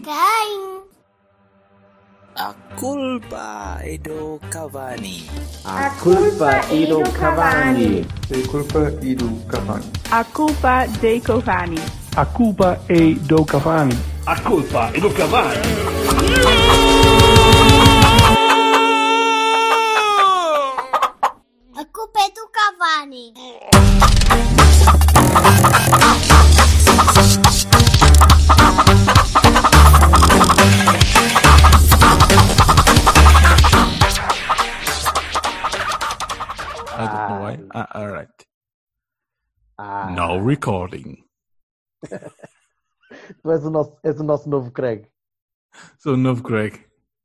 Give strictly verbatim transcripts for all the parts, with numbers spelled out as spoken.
Quem? A culpa é do Cavani. A culpa é do Cavani. A culpa é do Cavani. A culpa dei Cavani. A culpa é do Cavani. A culpa é do Cavani. A culpa é do Cavani. I don't know why. Ah, all right. Ah, No recording. tu és o, nosso, és o nosso novo Craig. Sou o novo Craig.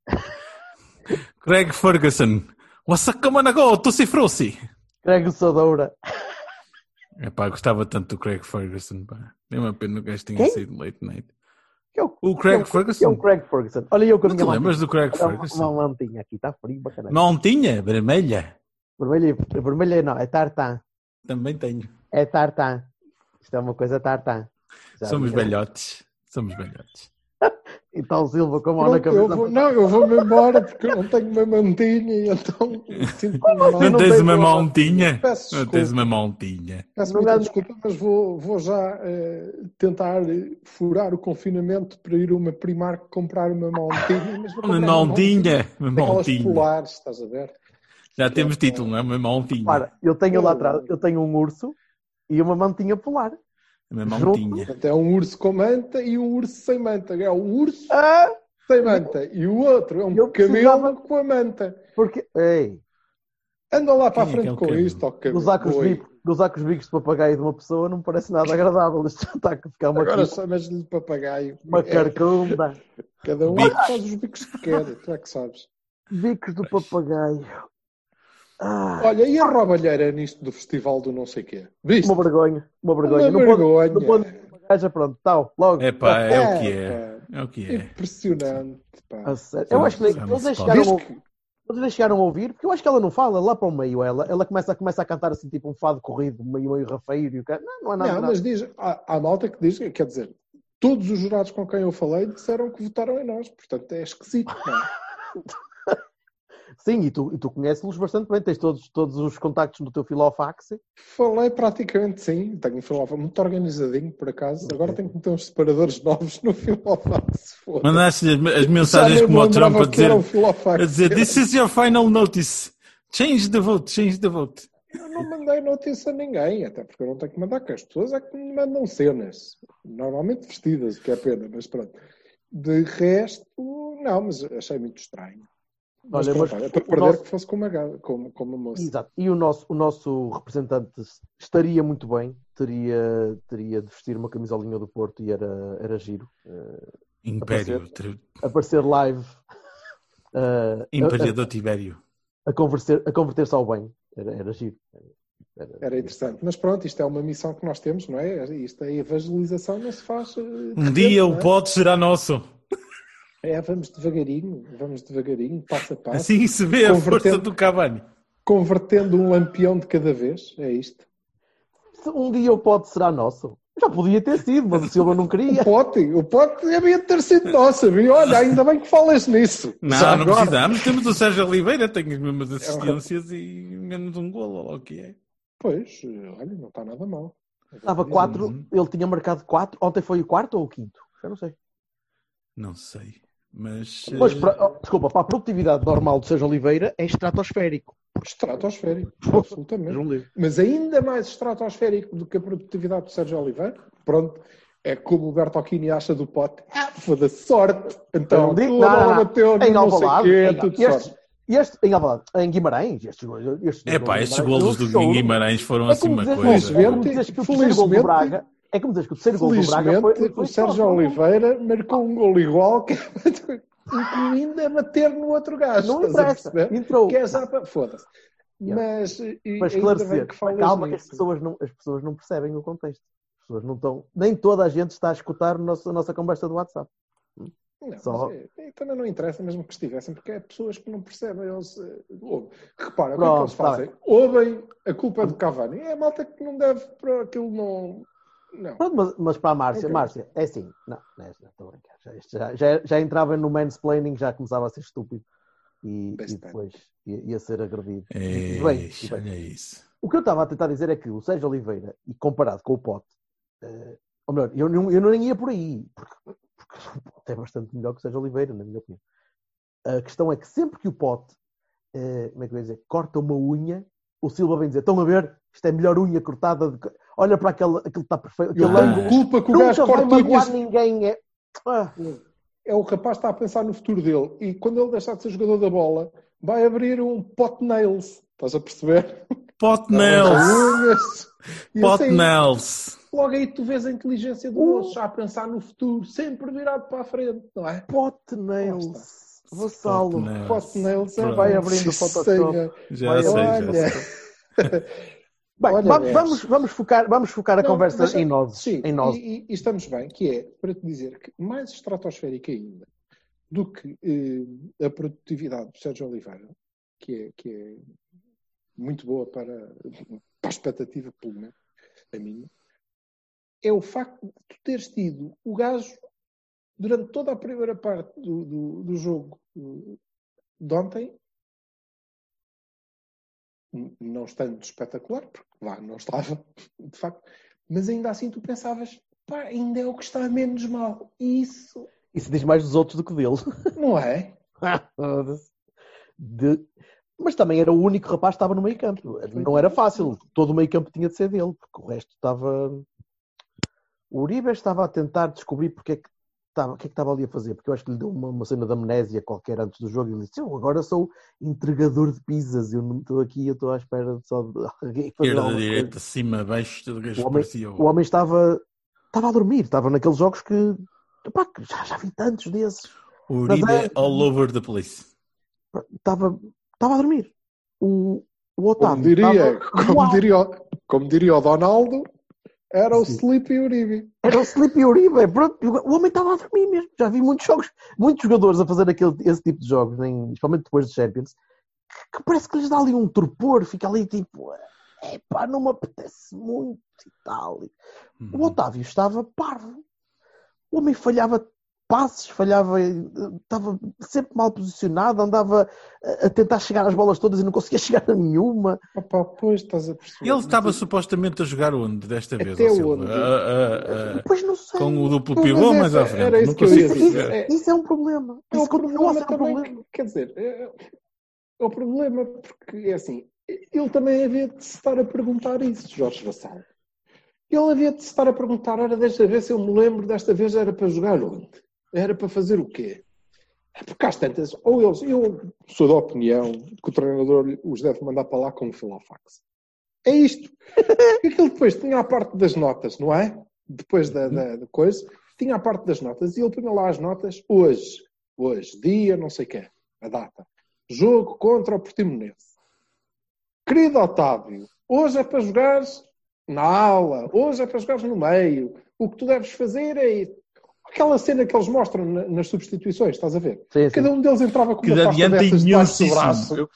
Craig Ferguson. Wasaka manago, Tussi Frussi. Craig Sodoura. Epá, gostava tanto do Craig Ferguson. Pá. Nem uma pena que o gajo tenha Quem? saído late night. Que é o, O Craig que é o, Ferguson? Que é o Craig Ferguson. Olha eu com a Não minha te lembras mantinha. do Craig Olha, Ferguson? Uma mantinha aqui, está frio, bacana. Não tinha? Vermelha? Vermelha, vermelha não, é tartan. Também tenho. É tartan. Isto é uma coisa tartan. Já Somos viram? velhotes. Somos velhotes. Então Silva com a mão na Pronto, eu cabeça. vou, não, eu vou-me embora porque eu não tenho uma mantinha e então sinto-me mal. Não, não tens tens uma uma- montinha? Peço Não tens desculpa. uma montinha? Peço Não muita dá- desculpa, mas vou, vou já eh, tentar eh, furar o confinamento para ir a uma Primark comprar uma montinha. Mas vou Uma comprar uma montinha? Uma Daquelas montinha. polares, estás a ver? Já temos título, não é? Uma montinha. Para, eu tenho lá atrás, eu tenho um urso e uma mantinha polar. Uma junto. montinha. Portanto, é um urso com manta e um urso sem manta. É um urso Ah, sem manta e o outro é um Eu camelo precisava- com a manta. porque, ei, Anda lá para a Quem é que frente é o com camelo? isto, ó camelo. gozar com, os Oi. bicos, gozar com os bicos de papagaio de uma pessoa não me parece nada agradável. Isto já está a ficar uma, Agora chamas-lhe de papagaio. uma É, carcunda. cada um Bicos. faz os bicos que quer, tu é que sabes. Bicos do papagaio. Ah, Olha, e a roubalheira nisto do festival do não sei quê? Viste? uma vergonha, uma vergonha. Uma não pode, vergonha. não pode gaja, pronto, tal, logo. Epá, é o que É, é. pá. É o que é. Impressionante, pá. A sério. Eu acho que nem- Já não eles se nem pode. chegaram, a Vês ouvir- que- eles nem chegaram a ouvir, porque eu acho que ela não fala lá para o meio. Ela, ela começa, começa a cantar assim, tipo um fado corrido, meio, meio rafeiro. E o cara, não, não é nada. Não, nada. mas diz, há, há malta que diz, quer dizer, todos os jurados com quem eu falei disseram que votaram em nós, portanto é esquisito, não é? Sim, e tu, e tu conheces-los bastante bem, tens todos, todos os contactos no teu filofax. Falei praticamente sim, tenho um filofax muito organizadinho, por acaso, agora tenho que meter uns separadores novos no filofax. foda-se. Mandaste-lhe as, as Já mensagens nem como me o Trump a lembrava que dizer, era um filofax. a dizer This is your final notice. Change the vote, change the vote. Eu não mandei notícia a ninguém, até porque eu não tenho que mandar, que as pessoas é que me mandam cenas, normalmente vestidas, o que é pena, mas pronto. De resto, não, mas achei muito estranho. Mas, Olha, pronto, mas olha, para o perder nosso- que fosse com uma, ga- com, com uma moça. Exato. E o nosso, o nosso representante estaria muito bem, teria, teria de vestir uma camisolinha do Porto e era, era giro. eh, Império, tri- aparecer live eh, Imperador Tibério. a, a, converter, a converter-se ao bem. Era, era giro. Era, Era interessante. Mas pronto, isto é uma missão que nós temos, não é? Isto, a evangelização não se faz. eh, de Um repente, dia não o é? pote será nosso. É, vamos devagarinho, vamos devagarinho, passo a passo, Assim se vê a força Convertendo- do Cavani. convertendo um lampião de cada vez. É isto. Se um dia o pote será nosso. Já podia ter sido, mas o Silva não O queria. pote, o pote devia ter sido nosso, viu? Olha, ainda bem que falas nisso. Não, Já não agora. precisamos. Temos o Sérgio Oliveira, tem as mesmas assistências e menos um golo, ou lá o que é. Pois, olha, não está nada mal. Estava quatro, ele tinha marcado quatro. Ontem foi o quarto ou o quinto? Eu não sei. Não sei. Mas. Mas, eh, para, oh, desculpa, para a produtividade normal do Sérgio Oliveira é estratosférico. Estratosférico, absolutamente. João Livre. Mas ainda mais estratosférico do que a produtividade do Sérgio Oliveira, pronto, é como o Bertolini acha do pote. Ah, foda-se, sorte. Então, Não digo- tu não, a bola não, não. bateu, Em não sei o Alvalade, quê, em- tudo estes, sorte. este, em Alvalade, em Guimarães, estes, estes É pá, golos estes do Guimarães, golos do eu choro. Guimarães foram É assim como uma dizer- coisa. é como dizeres que o terceiro gol do Felizmente- Braga, é como dizer que o terceiro gol do Braga Felizmente, foi, foi o Sérgio só- Oliveira marcou um gol igual, que... incluindo a bater no outro gajo. Não estás a interessa, perceber? entrou. Que é já para... Foda-se. Yeah. Mas, e, Para ainda bem esclarecer, que falas calma que as nisso. pessoas, não, as pessoas não percebem o contexto. As pessoas não estão, nem toda a gente está a escutar o nosso- a nossa conversa do WhatsApp. Não, Só- mas é, é, também não interessa mesmo que estivessem, porque é pessoas que não percebem. Eles, eh, ouvem. Repara, o que é que Pronto, eles tá fazem? Ouvem a culpa é do Cavani. É a malta que não deve para aquilo não. Não. Pronto, mas, mas para a Márcia, Ok. Márcia, é assim, não, não é, não estou a brincar, já, Este já, já, já entrava no mansplaining, já começava a ser estúpido e, e depois ia, ia ser agredido. E, e bem, e bem. Olha isso. O que eu estava a tentar dizer é que o Sérgio Oliveira, e comparado com o Pote, uh, ou melhor, eu não, eu não nem ia por aí, porque, porque o Pote é bastante melhor que o Sérgio Oliveira, na minha opinião. A questão é que sempre que o Pote, uh, como é que eu ia dizer, corta uma unha, o Silva vem dizer, estão a ver, isto é a melhor unha cortada, de... olha para aquele, aquele que está perfeito. Eu Aquele tenho ângulo. culpa que o Nunca gajo vai corta magoar unhas. ninguém. É... Ah. É o rapaz que está a pensar no futuro dele. E quando ele deixar de ser jogador da bola, vai abrir um pot nails. Estás a perceber? Pot nails. Unhas. E Pot assim, nails. logo aí tu vês a inteligência do moço, já a pensar no futuro, sempre virado para a frente, não é? Pot nails. Vassalo. nails. Pot nails é Vai abrindo o Sim, Photoshop. senhor. Já Vai sei, Olha. já sei. Bem, Olha, va- Neves. vamos, vamos, focar, vamos focar a Não, conversa deixa- em nós. Sim, Em nós. E, e- e estamos bem, que é para te dizer que mais estratosférica ainda do que eh, a produtividade do Sérgio Oliveira, que é, que é muito boa para, para a expectativa, pelo menos, a minha, é o facto de tu teres tido o gajo durante toda a primeira parte do, do, do jogo eh, de ontem, n- não estando espetacular, porque lá não estava, de facto, mas ainda assim tu pensavas, pá, ainda é o que está menos mal. E isso, Isso diz mais dos outros do que dele. não é? De- Mas também era o único rapaz que estava no meio campo. Não era fácil. Todo o meio campo tinha de ser dele, porque o resto estava... O Uribe estava a tentar descobrir porque é que estava, o que é que estava ali a fazer, porque eu acho que lhe deu uma, uma cena de amnésia qualquer antes do jogo e ele disse, eu agora sou entregador de pizzas, eu não estou aqui, eu estou à espera de só de alguém fazer Esquerda, alguma direita, coisa. cima, baixo, tudo que O homem, parecia. o homem estava, estava a dormir, estava naqueles jogos que, epá, que já, já vi tantos desses. Uribe Mas é- all over the place. Estava, estava a dormir. O, o Como Otávio diria, estava... como Uau! diria, o- como diria o Donaldo, era o Sim. Sleepy Uribe. Era o Sleepy Uribe. Pronto, o homem estava a dormir mesmo. Já vi muitos jogos, muitos jogadores a fazer aquele, esse tipo de jogos, nem, principalmente depois dos Champions, que, que parece que lhes dá ali um torpor, fica ali tipo, epá, não me apetece muito e tal. O Otávio estava parvo. O homem falhava passes, falhava, estava sempre mal posicionado, andava a tentar chegar às bolas todas e não conseguia chegar a nenhuma. Opa, pois estás a perceber. Ele estava supostamente a jogar onde desta vez? Até ó Silva? onde? A- a- a- Pois não sei. com o duplo Pois, pivô mas mais essa- à frente. era isso Não que eu ia consigo dizer. perceber. É- Isso é um problema. É Isso o continua a problema ser um também, problema. que- quer dizer, é, é o problema porque é assim, ele também havia de se estar a perguntar isso, Jorge Vassal. Ele havia de se estar a perguntar, era desta vez, se eu me lembro, desta vez era para jogar onde? Era para fazer o quê? É porque às tantas, ou eles, eu sou da opinião que o treinador os deve mandar para lá com um filofax. É isto. Porque aquilo depois tinha a parte das notas, não é? Depois da, da, da coisa, tinha a parte das notas e ele punha lá as notas hoje, hoje, dia, não sei o quê, a data. Jogo contra o Portimonense. Querido Otávio, hoje é para jogares na aula, hoje é para jogares no meio. O que tu deves fazer é aquela cena que eles mostram na- nas substituições, estás a ver? Sim, sim. Cada um deles entrava com Que uma de pasta adianta dessas debaixo do braço. imensíssimo.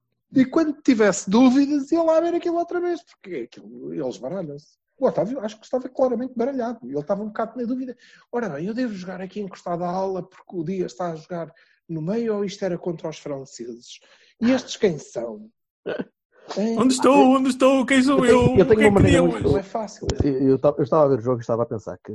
E quando tivesse dúvidas, ia lá ver aquilo outra vez, porque aquilo, eles baralham-se. O Otávio acho que estava claramente baralhado. Ele estava um bocado na dúvida. Ora bem, eu devo jogar aqui encostado à aula porque o dia está a jogar no meio ou isto era contra os franceses? E estes quem são? Hein? Onde estou? Onde estou? Quem sou Eu eu? tenho- eu tenho O que é uma que maneira deu muito- Não hoje? é fácil. Eu, eu, ta- eu estava a ver o jogo e estava a pensar que,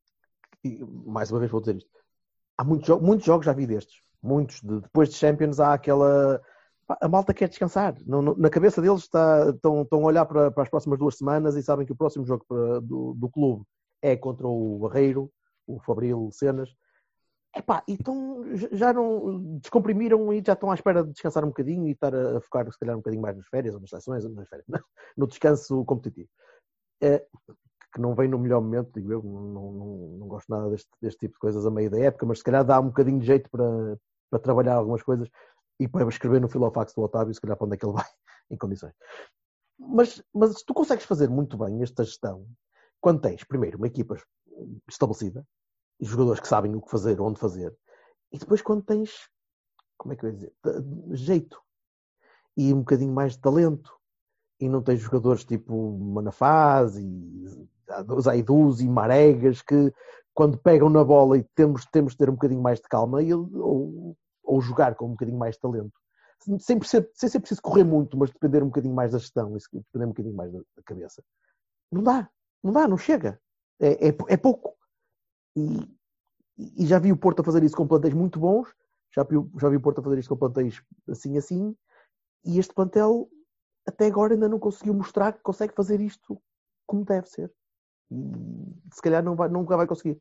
e mais uma vez vou dizer isto, há muitos, jo- muitos jogos já vi destes. Muitos. De- depois de Champions há aquela... pá, a malta quer descansar. Não- não- na cabeça deles está, estão, estão a olhar para, para as próximas duas semanas e sabem que o próximo jogo para- do, do clube é contra o Barreiro, o Fabril Cenas. Epá, então já não descomprimiram e já estão à espera de descansar um bocadinho e estar a, a focar se calhar um bocadinho mais nas férias ou nas seleções, nas férias, não, no descanso competitivo. É, que não vem no melhor momento, digo eu, não, não, não gosto nada deste, deste tipo de coisas a meio da época, mas se calhar dá um bocadinho de jeito para, para trabalhar algumas coisas e para escrever no filofax do Otávio, se calhar para onde é que ele vai, em condições. Mas, mas tu consegues fazer muito bem esta gestão quando tens, primeiro, uma equipa estabelecida, e jogadores que sabem o que fazer, onde fazer, e depois quando tens, como é que eu ia dizer, jeito e um bocadinho mais de talento, e não tens jogadores tipo Manafaz e Zaidus e Maregas que, quando pegam na bola e temos, temos de ter um bocadinho mais de calma e, ou, ou jogar com um bocadinho mais de talento. Sem, ser, sem ser preciso correr muito, mas depender um bocadinho mais da gestão, depender um bocadinho mais da, da cabeça. Não dá, não dá, não chega. É, é, é pouco. E, e já vi o Porto a fazer isso com plantéis muito bons, já vi, já vi o Porto a fazer isso com plantéis assim assim, e este plantel até agora ainda não conseguiu mostrar que consegue fazer isto como deve ser. E se calhar não vai, nunca vai conseguir.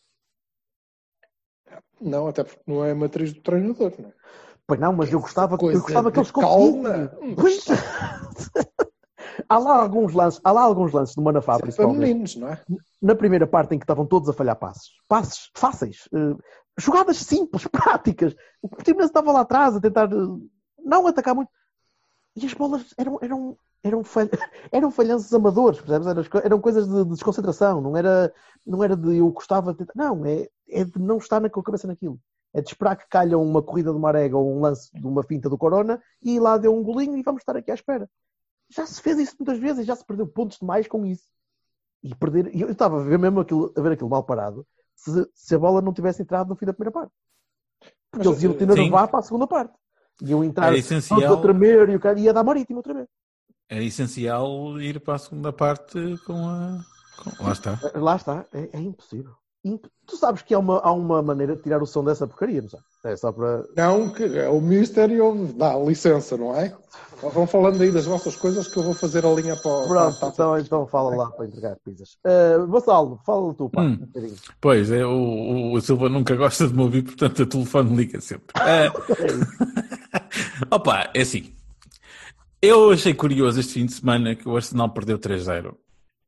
Não, até porque não é a matriz do treinador, não é? Pois não, mas eu gostava, Coisa eu gostava que eles calma. conseguissem. Pois. há, lá alguns lances, há lá alguns lances do Manafá, principalmente. Para meninos, não é? Na primeira parte em que estavam todos a falhar passes. Passes fáceis. Uh, jogadas simples, práticas. O Portimonense estava lá atrás a tentar uh, não atacar muito. E as bolas eram, eram, eram, falha, eram falhanços amadores, percebes? Eram, eram coisas de, de desconcentração. Não era, não era de eu gostava de tentar. Não, é, é de não estar na, com a cabeça naquilo. É de esperar que calha uma corrida de Marega ou um lance de uma finta do Corona e lá deu um golinho e vamos estar aqui à espera. Já se fez isso muitas vezes e já se perdeu pontos demais com isso. E perder... Eu estava a ver mesmo aquilo, a ver aquilo mal parado se, se a bola não tivesse entrado no fim da primeira parte. Porque Mas, eles iam ter a levar para a segunda parte. Iam entrar é essencial... a tremer e o cara ia dar Marítimo outra vez. É essencial ir para a segunda parte com a... Com... Lá está. Lá está. É, é impossível. Tu sabes que há uma, há uma maneira de tirar o som dessa porcaria, não sabe? É só para... Não, que é o Mister e eu dá licença, não é? Vão falando aí das vossas coisas que eu vou fazer a linha para o... Pronto, para então, então fala lá para entregar pizzas. Uh, Vassalo, fala tu, pá. Hum. Um bocadinho. Pois, é, o, o Silva nunca gosta de me ouvir, portanto o telefone liga sempre. Uh... Opa, é assim. Eu achei curioso este fim de semana que o Arsenal perdeu três a zero.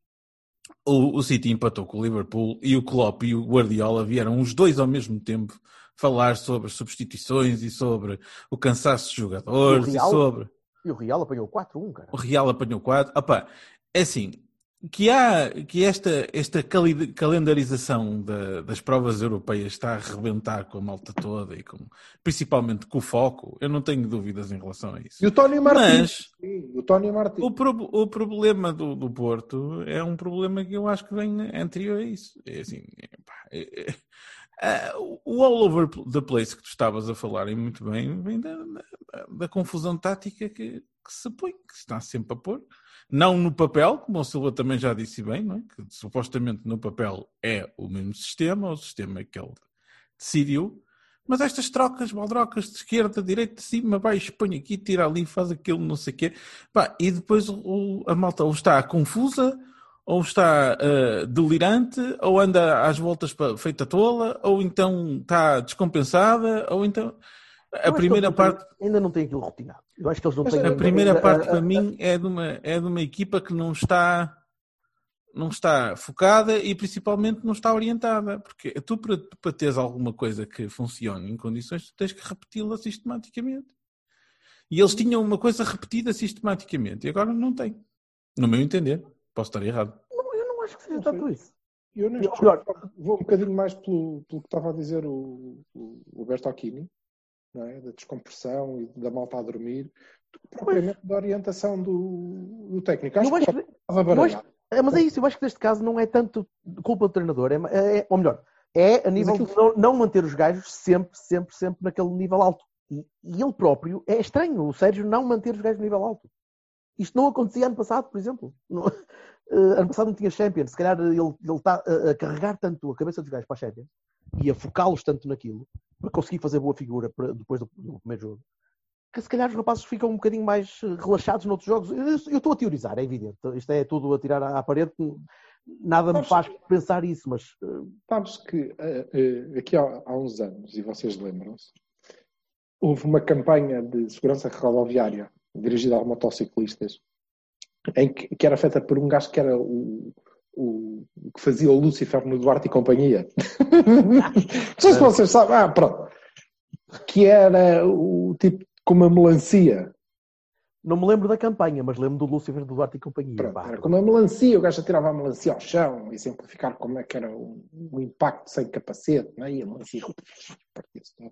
O, o City empatou com o Liverpool e o Klopp e o Guardiola vieram os dois ao mesmo tempo falar sobre substituições e sobre o cansaço de jogadores e, e sobre... E o Real apanhou quatro a um, cara. O Real apanhou quatro. Opa, é assim, que, há, que esta, esta calendarização da, das provas europeias está a arrebentar com a malta toda e com, principalmente com o foco, eu não tenho dúvidas em relação a isso. E o Tony Martins. Mas sim, o Tony Martins. O, pro, o problema do, do Porto é um problema que eu acho que vem anterior a isso. É assim, é, é, é, o all over the place que tu estavas a falar e muito bem vem da, da, da confusão tática que, que se põe, que se está sempre a pôr. Não no papel, como o Silva também já disse bem, não é? Que supostamente no papel é o mesmo sistema, o sistema que ele decidiu, mas estas trocas, baldrocas de esquerda, direita, de cima, vai, põe aqui, tira ali, faz aquilo, não sei o quê. Pá, e depois o, a malta ou está confusa, ou está uh, delirante, ou anda às voltas para, feita tola, ou então está descompensada, ou então... A primeira parte... Ainda não tem aquilo rotinado. Eu acho que eles não Mas têm... a primeira ainda, parte, a, a, para mim, é de, uma, é de uma equipa que não está, não está focada e, principalmente, não está orientada. Porque tu, para, para teres alguma coisa que funcione em condições, tu tens que repeti-la sistematicamente. E eles tinham uma coisa repetida sistematicamente e agora não têm. No meu entender. Posso estar errado. Não, eu não acho que seja tanto isso. Eu neste eu, melhor... vou um bocadinho mais pelo, pelo que estava a dizer o, o, o Bertocchini. Não é? Da descompressão e da malta a dormir, propriamente da orientação do, do técnico. Acho, acho que estava acho, é, mas é isso, eu acho que neste caso não é tanto culpa do treinador, é, é, ou melhor, é a nível aquilo... de não, não manter os gajos sempre, sempre, sempre naquele nível alto. E, e ele próprio, é estranho o Sérgio não manter os gajos no nível alto. Isto não acontecia ano passado, por exemplo. No, uh, ano passado não tinha Champions, se calhar ele está a, a carregar tanto a cabeça dos gajos para a Champions e a focá-los tanto naquilo, para conseguir fazer boa figura para, depois do, do primeiro jogo, que se calhar os rapazes ficam um bocadinho mais relaxados noutros jogos. Eu, eu estou a teorizar, é evidente. Isto é tudo a tirar à, à parede. Nada me faz pensar isso, mas... Uh... Sabes que uh, uh, aqui há, há uns anos, e vocês lembram-se, houve uma campanha de segurança rodoviária dirigida aos motociclistas, em que, que era feita por um gajo que era o... O, o que fazia o Lúcifer no Duarte e Companhia. Não sei se vocês sabem. Ah, pronto. Que era o tipo com uma melancia. Não me lembro da campanha, mas lembro do Lúcifer do Duarte e Companhia. Pronto, Pá, era com uma melancia, o gajo tirava a melancia ao chão e exemplificar como é que era o, o impacto sem capacete, não é? E a melancia partia-se todo.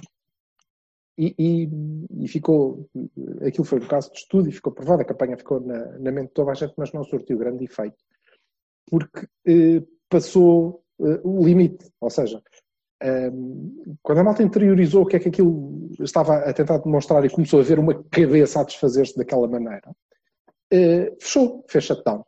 E, e, e ficou, aquilo foi um caso de estudo e ficou provado, a campanha ficou na, na mente de toda a gente, mas não surtiu grande efeito. Porque eh, passou uh, o limite. Ou seja, um, quando a malta interiorizou o que é que aquilo estava a tentar demonstrar e começou a ver uma cabeça a desfazer-se daquela maneira, uh, fechou, fez shutdown.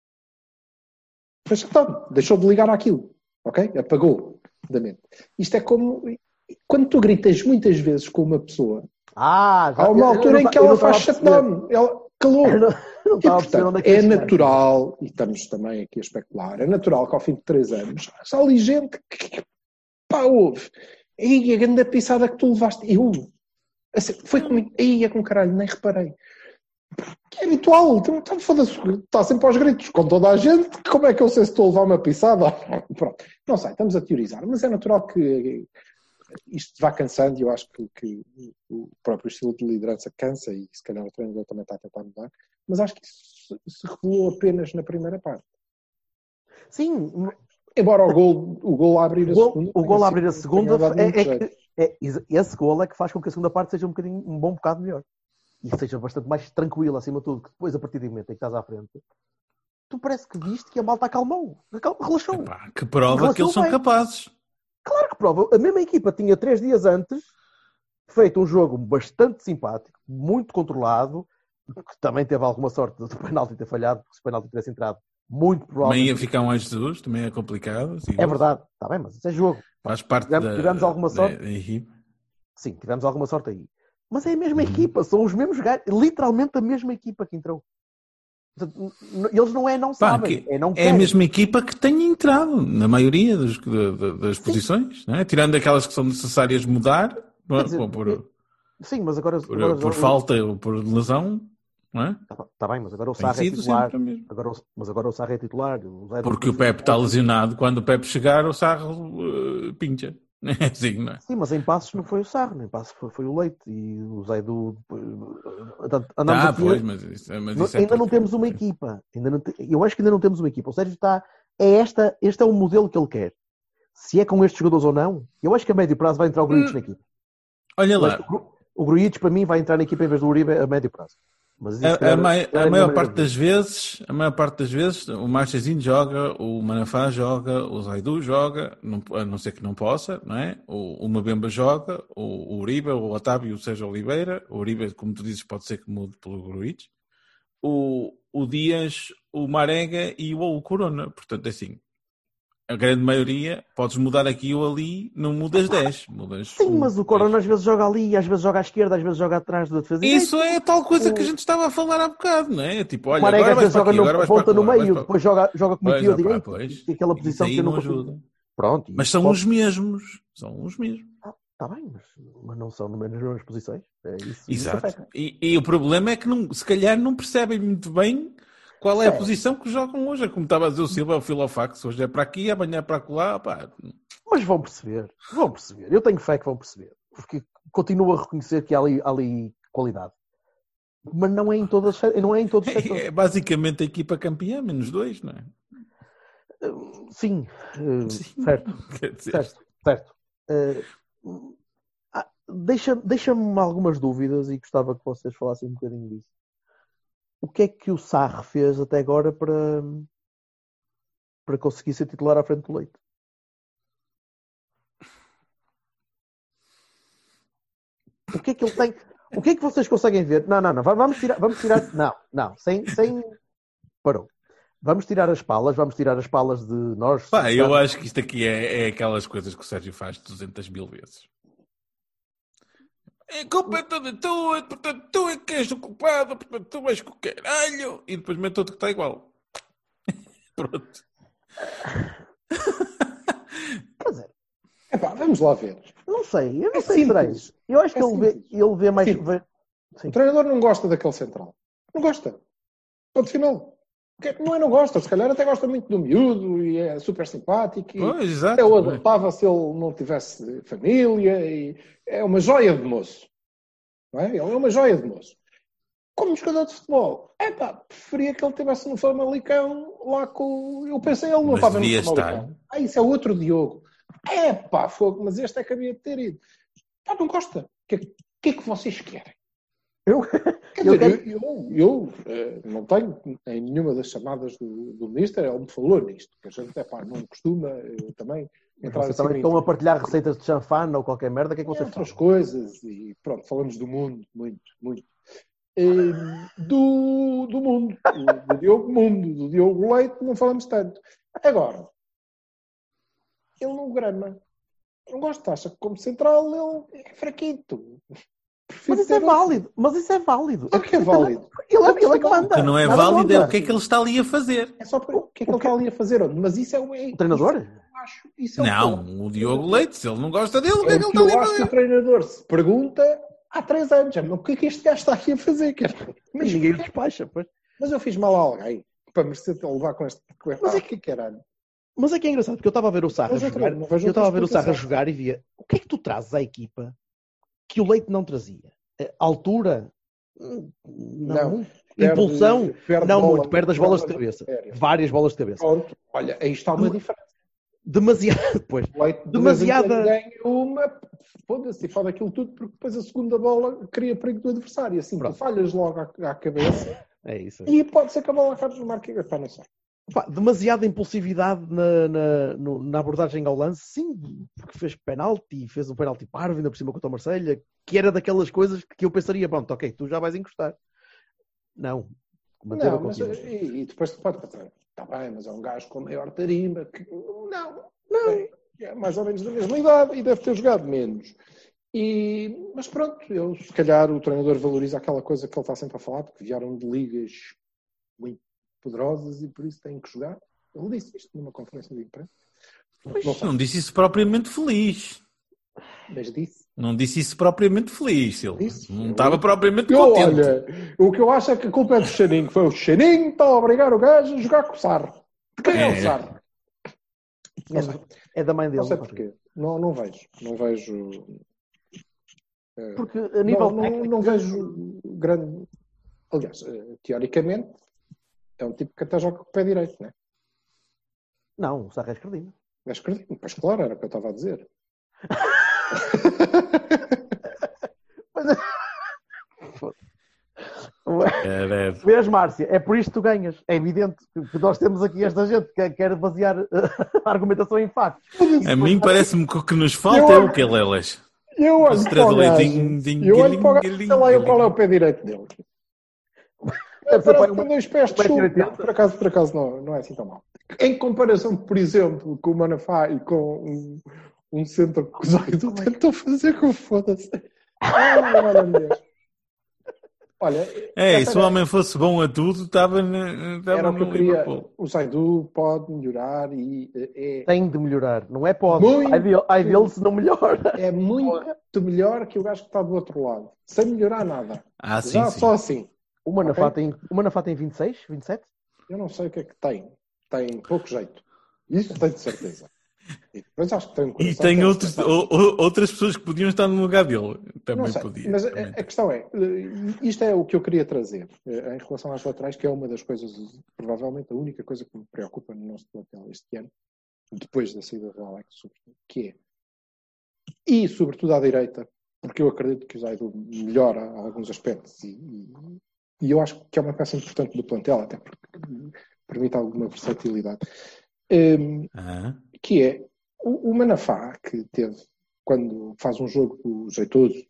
Fez shutdown. Deixou de ligar àquilo. Ok? Apagou da mente. Isto é como... Quando tu gritas muitas vezes com uma pessoa, ah, já, há uma altura em que ela faz shutdown. Ela calou. Eu não, eu não E, portanto, portanto, é natural, e estamos também aqui a especular, é natural que ao fim de três anos há ali gente que, pá, ouve. Aí a grande pisada que tu levaste. Eu, assim, foi comigo. Aí é com caralho, nem reparei. Que é habitual. Então, foda-se, está sempre aos gritos com toda a gente. Como é que eu sei se estou a levar uma pisada? Pronto. Não sei, estamos a teorizar. Mas é natural que isto vá cansando e eu acho que, que o próprio estilo de liderança cansa e se calhar o treinador também está a tentar mudar. Mas acho que isso se revelou apenas na primeira parte. Sim. Embora o gol, o gol a abrir a o gol, segunda... O gol a abrir a segunda é, é que, é, esse gol é que faz com que a segunda parte seja um, bocadinho, um bom bocado melhor. E seja bastante mais tranquilo, acima de tudo, que depois, a partir do momento em que estás à frente, tu parece que viste que a malta acalmou, relaxou. Epá, que prova relaxou que eles são bem. capazes. Claro que prova. A mesma equipa tinha três dias antes feito um jogo bastante simpático, muito controlado, que também teve alguma sorte do penalti ter falhado, porque se o penalti tivesse entrado, muito provável. Também ia ficar um Jesus, também é complicado. Assim, é verdade, está bem, mas isso é jogo. Faz parte tivemos, da, tivemos alguma sorte. Da, da equipa. Sim, tivemos alguma sorte aí. Mas é a mesma uhum. equipa, são os mesmos gajos, literalmente a mesma equipa que entrou. Eles não é não Pá, sabem, é não É querem. a mesma equipa que tem entrado na maioria das, das posições, não é? Tirando aquelas que são necessárias mudar, dizer, ou por, sim, mas agora, por, agora por já, falta ou por lesão, não é? Está tá bem, mas agora o Sarra é titular. Agora, mas agora o Sarra é titular. O Porque o Pepe está lesionado. Quando o Pepe chegar, o Sarra uh, pincha. É assim, não é? Sim, mas em passos não foi o Sarra, em passos foi, foi o Leite e o Zé do. Andamos ah, aqui, pois, mas isso, mas isso ainda é não temos uma equipa. Ainda não te... Eu acho que ainda não temos uma equipa. O Sérgio está. É esta, este é o modelo que ele quer. Se é com estes jogadores ou não, eu acho que a médio prazo vai entrar o Grujic hum. na equipa. Olha eu lá. O Grujic, para mim, vai entrar na equipa em vez do Uribe a médio prazo. Mas a, a, mai, a maior parte das vezes, a maior parte das vezes, o Marchezinho joga, o Manafá joga, o Zaidu joga, não, a não ser que não possa, não é? O, o Mbemba joga, o, o Uribe, o Otávio, o Sérgio Oliveira, o Uribe, como tu dizes, pode ser que mude pelo Grujic, o, o Dias, o Marega e o, o Corona. Portanto, assim, a grande maioria, podes mudar aqui ou ali, não mudas dez. Mudas Sim, um, mas o Corona dez. às vezes joga ali, às vezes joga à esquerda, às vezes joga atrás da defesa. Isso é a tal coisa que a gente estava a falar há bocado, não é? Tipo, olha, Marega, agora vais para joga aqui, no, agora vais volta para no agora, meio, para... depois joga, joga como pois, tio opa, direito, pois. que aquela posição isso aí que eu não ajuda. Pronto. Mas são pode... os mesmos. São os mesmos. Ah, está bem, mas, mas não são nas mesmas posições. É isso, exato. Isso e, e o problema é que não, se calhar não percebem muito bem qual é a é. posição que jogam hoje. É como estava a dizer o Silva, o Filofax, hoje é para aqui, amanhã é para lá. Pá. Mas vão perceber, vão perceber. Eu tenho fé que vão perceber. Porque continuo a reconhecer que há ali, há ali qualidade. Mas não é em todas, não é em todos os setores. É basicamente a equipa campeã, menos dois, não é? Uh, sim, uh, sim. certo. certo, certo. Uh, ah, deixa, deixa-me algumas dúvidas e gostava que vocês falassem um bocadinho disso. O que é que o Sarri fez até agora para, para conseguir ser titular à frente do Leite? O que é que ele tem? O que é que vocês conseguem ver? Não, não, não. Vamos tirar. Vamos tirar não, não. Sem, sem. Parou. Vamos tirar as palas. Vamos tirar as palas de nós. Pá, eu acho que isto aqui é, é aquelas coisas que o Sérgio faz duzentas mil vezes. É culpa é toda tua, portanto tu é que és o culpado, portanto tu és com o caralho. E depois mete outro que está igual. Pronto. Quer dizer. Epá, vamos lá ver. Não sei, eu não é sei se isso. Eu acho que é ele, vê, ele vê mais. Vê... O treinador não gosta daquele central. Não gosta. Ponto final. Não é não gosta, se calhar até gosta muito do miúdo e é super simpático. E pois, exato, até o adaptava se ele não tivesse família. E é uma joia de moço. Não é? Ele é uma joia de moço. Como jogador de futebol, é pá, preferia que ele estivesse no Famalicão lá com. Eu pensei, ele não mas estava no Famalicão. Estar. Ah, isso é outro Diogo. É pá, fogo, mas este é que havia de ter ido. Pá, não gosta. O que, que é que vocês querem? Eu, Quer eu dizer, quero- eu, eu, eu, eh, não tenho em nenhuma das chamadas do, do Mister, ele me falou nisto, que a gente epá, não costuma eu também entrar Vocês assim também em estão a partilhar receitas de chanfana ou qualquer merda, o que é que vocês outras falam? coisas e pronto, falamos do mundo, muito, muito. Eh, do, do mundo, do, do Diogo Mundo, do Diogo Leite, não falamos tanto. Agora, ele no grama, não gosto, acha que como central ele é fraquito. Prefiro Mas isso é ter outro. válido, mas isso é válido. Claro que é válido. Ele é, ele é que manda. O que não é Nada válido é contra. o que é que ele está ali a fazer. É só para o que é que ele está ali a fazer, onde? Mas isso é o. É, O treinador? Isso é o que eu acho. Isso é o que eu Não, acho. o Diogo Leite, se ele não gosta dele, o que É é que ele o que está ali eu a acho que o fazer? treinador se pergunta há três anos. O que é que este gajo está aqui a fazer? Cara? Mas Mas, ninguém o despacha, pois. mas eu fiz mal a alguém para merecer levar com este. Com este Mas é ah, que caralho. Mas é que é engraçado, porque eu estava a ver o Sarra Mas outra- jogar, não vejo eu estava a ver outra o Sarra explicação. jogar e via o que é que tu trazes à equipa que o Leite não trazia? Eh, Altura? Hum, Não. Não. Perde- Impulsão? perde Não bola, muito, perde as bolas de bolas cabeça. aéreas. Várias bolas de cabeça. Pronto, olha, aí está uma diferença. Demasiado, pois. O Leite de Demasiada- vez em quando ganha uma, foda-se, e fode aquilo tudo, porque depois a segunda bola cria perigo do adversário. Assim, tu Pronto. falhas logo à, à cabeça É isso. e pode ser que a bola acabe no marca. Pá, não sei. Pá, demasiada impulsividade na, na, no- na abordagem ao lance, sim, porque fez penalti, fez um penalti parvo, ainda por cima contra o Marselha, que era daquelas coisas que eu pensaria, pronto, ok, tu já vais encostar. Não. Manter a Não, mas confiança. e, e depois tu pode pensar, está bem, mas é um gajo com maior tarimba. Que, não, não. É, é mais ou menos da mesma idade e deve ter jogado menos. E, mas pronto, eu, se calhar o treinador valoriza aquela coisa que ele está sempre a falar, porque vieram de ligas muito poderosas e por isso têm que jogar. Ele disse isto numa conferência de imprensa. Não sei, Não disse isso propriamente feliz. mas disse. Não disse isso propriamente feliz, Silva. Disse. Não estava propriamente Eu, contente. olha, o que eu acho é que a culpa é do Xaninho, que foi o Xaninho que está a obrigar o gajo a jogar com o Sarro. De quem é, É. o Sarro? Não sei, É da mãe dele. não sei não porquê. Não, não vejo. Não vejo. eh, Porque a nível não, não, técnico, não vejo grande. Aliás, eh, teoricamente, é um tipo que até joga com o pé direito, não é? não, o Sarra é escardino. É esquerdinho. Pois claro, era o que eu estava a dizer. Era- Vês, Márcia, é por isto que tu ganhas. É evidente que nós temos aqui esta gente que quer basear a argumentação em factos. A mim parece-me que o que nos falta é o que, Lelas? Eu olho Os para o gajo. ding, ding, Eu olho para o gajo ding, e sei lá eu ding, qual é o pé direito dele. Deve ser Parece para que uma- tem dois pés de um metro e chumbo. oitenta. Não, por acaso, por acaso não, não é assim tão mal. Em comparação, por exemplo, com o Manafá e com um, um centro que o Zaidu tentou fazer com foda-se. Ai, olha, Deus. Olha, É, essa se o era- homem fosse bom a tudo, estava, na, estava era o que eu no queria. Liverpool. O Zaidu pode melhorar e eh, é, Tem de melhorar. Não é pode. Muito. Ai dele, ai dele se não melhora. é muito melhor que o gajo que está do outro lado. Sem melhorar nada. Ah, sim, Já sim. só assim. O Manafá, Ok. tem, o Manafá tem vinte e seis, vinte e sete? Eu não sei o que é que tem. Tem pouco jeito. Isso tenho de certeza. E depois acho que tem um E coração tem que é outros, respeitável. o- o- outras pessoas que podiam estar no lugar dele. Não Também sei, podia. mas a, também. a questão é, eh, isto é o que eu queria trazer eh, em relação às laterais, que é uma das coisas, provavelmente a única coisa que me preocupa no nosso plantel este ano, depois da saída do Alex, sobretudo, que é, e sobretudo à direita, porque eu acredito que o Zaidu melhora alguns aspectos e, e, e eu acho que é uma peça importante do plantel, até porque permite alguma versatilidade, Em, Ah, que é o, o Manafá, que teve, quando faz um jogo jeitoso,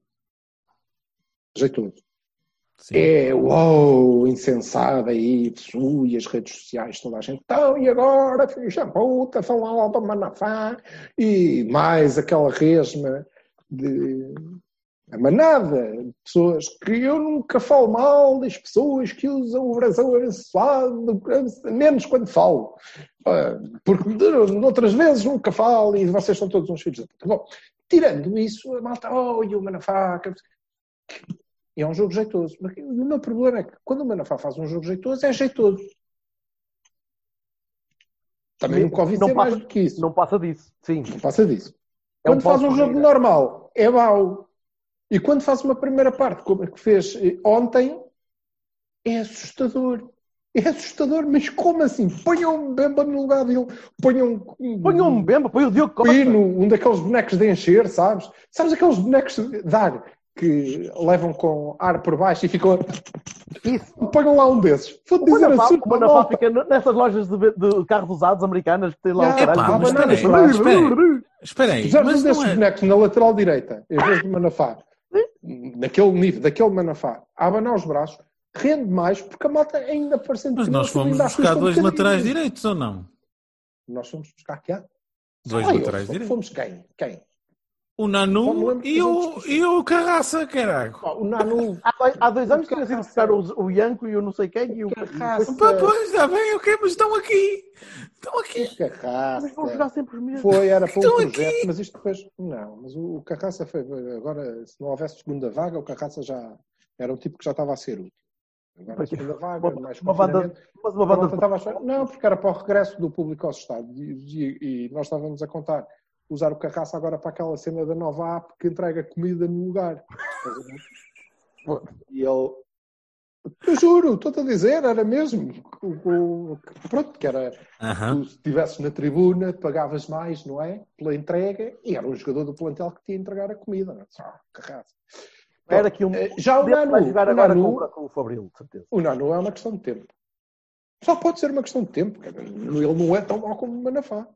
jeitoso, sim. é uau, insensado aí, ui, as redes sociais, toda a gente, então, e agora, ficha a puta, falar do Manafá, e mais aquela resma de a manada de pessoas que eu nunca falo mal das pessoas que usam o brasão abençoado, menos quando falo. Ah, porque noutras vezes nunca falo e vocês são todos uns filhos da puta. Bom, tirando isso, a malta, oh, e o Manafá... É um jogo jeitoso. Mas o meu problema é que quando o Manafá faz um jogo jeitoso, é jeitoso. Também nunca ouvi Não dizer passa- mais do que isso. Não passa disso. Sim. Não passa disso. É um Quando faz um Paulo jogo Ferreira. normal, é mau. E quando faz uma primeira parte, como a que fez eh, ontem, é assustador. É assustador, mas como assim? Ponham um Bemba no lugar dele. Ponham um, Põe um Bemba, põe o Diogo Costa. Pino, um daqueles bonecos de encher, sabes? Sabes aqueles bonecos de dar que levam com ar por baixo e ficam... Isso. Ponham lá um desses. Vou O dizer Manafá, assim, o Manafá fica nessas lojas de, de carros usados americanas que tem lá Yeah, o Epá, caralho. mas Não, espera não, aí, não, espera aí, espera aí, Fizeres um mas desses não é... bonecos na lateral direita, em vez de Manafá, naquele nível, daquele Manafá, a abanar os braços, rende mais, porque a malta ainda parecendo Mas que nós não, fomos ainda buscar assusta um dois bocadinho. laterais direitos ou não? Nós fomos buscar aqui, há? Dois Ah, eu, laterais direitos. Fomos quem? Quem? O Só me Nanu lembro que e a o, gente e o Carraça, caraca. Ah, o Nanu... Há dois, há dois anos O tinha sido Carraça. buscar o, o Ianco e o não sei quem e o... Carraça. Pá, pois, está bem, ok, mas estão aqui. Estão aqui. O Carraça. Mas vão jogar sempre os mesmos. Foi, era para um Estão projeto, aqui. mas isto depois... Não, mas o, o Carraça foi... Agora, se não houvesse segunda vaga, o Carraça já... Era um tipo que já estava a ser útil. Agora, a segunda vaga, Uma, mais uma banda, confinamento... mas uma A banda malta estava a achar- Não, porque era para o regresso do público aos estádios e, e- e nós estávamos a contar usar o Carraça agora para aquela cena da nova app que entrega comida no lugar. Estás a ver? E ele... Eu juro, estou-te a dizer, era mesmo. O, o- pronto, que era... Aham. Tu, se estivesses na tribuna, pagavas mais, não é? Pela entrega, e era um jogador do plantel que te ia entregar a comida. Não é? Só, Carraça. era que um Eh, Já o desse Nanu, vai jogar o agora Nanu, com, com o Fabril, de certeza. o Nanu é uma questão de tempo. Só pode ser uma questão de tempo. Cara. Ele não é tão mau como o Manafá.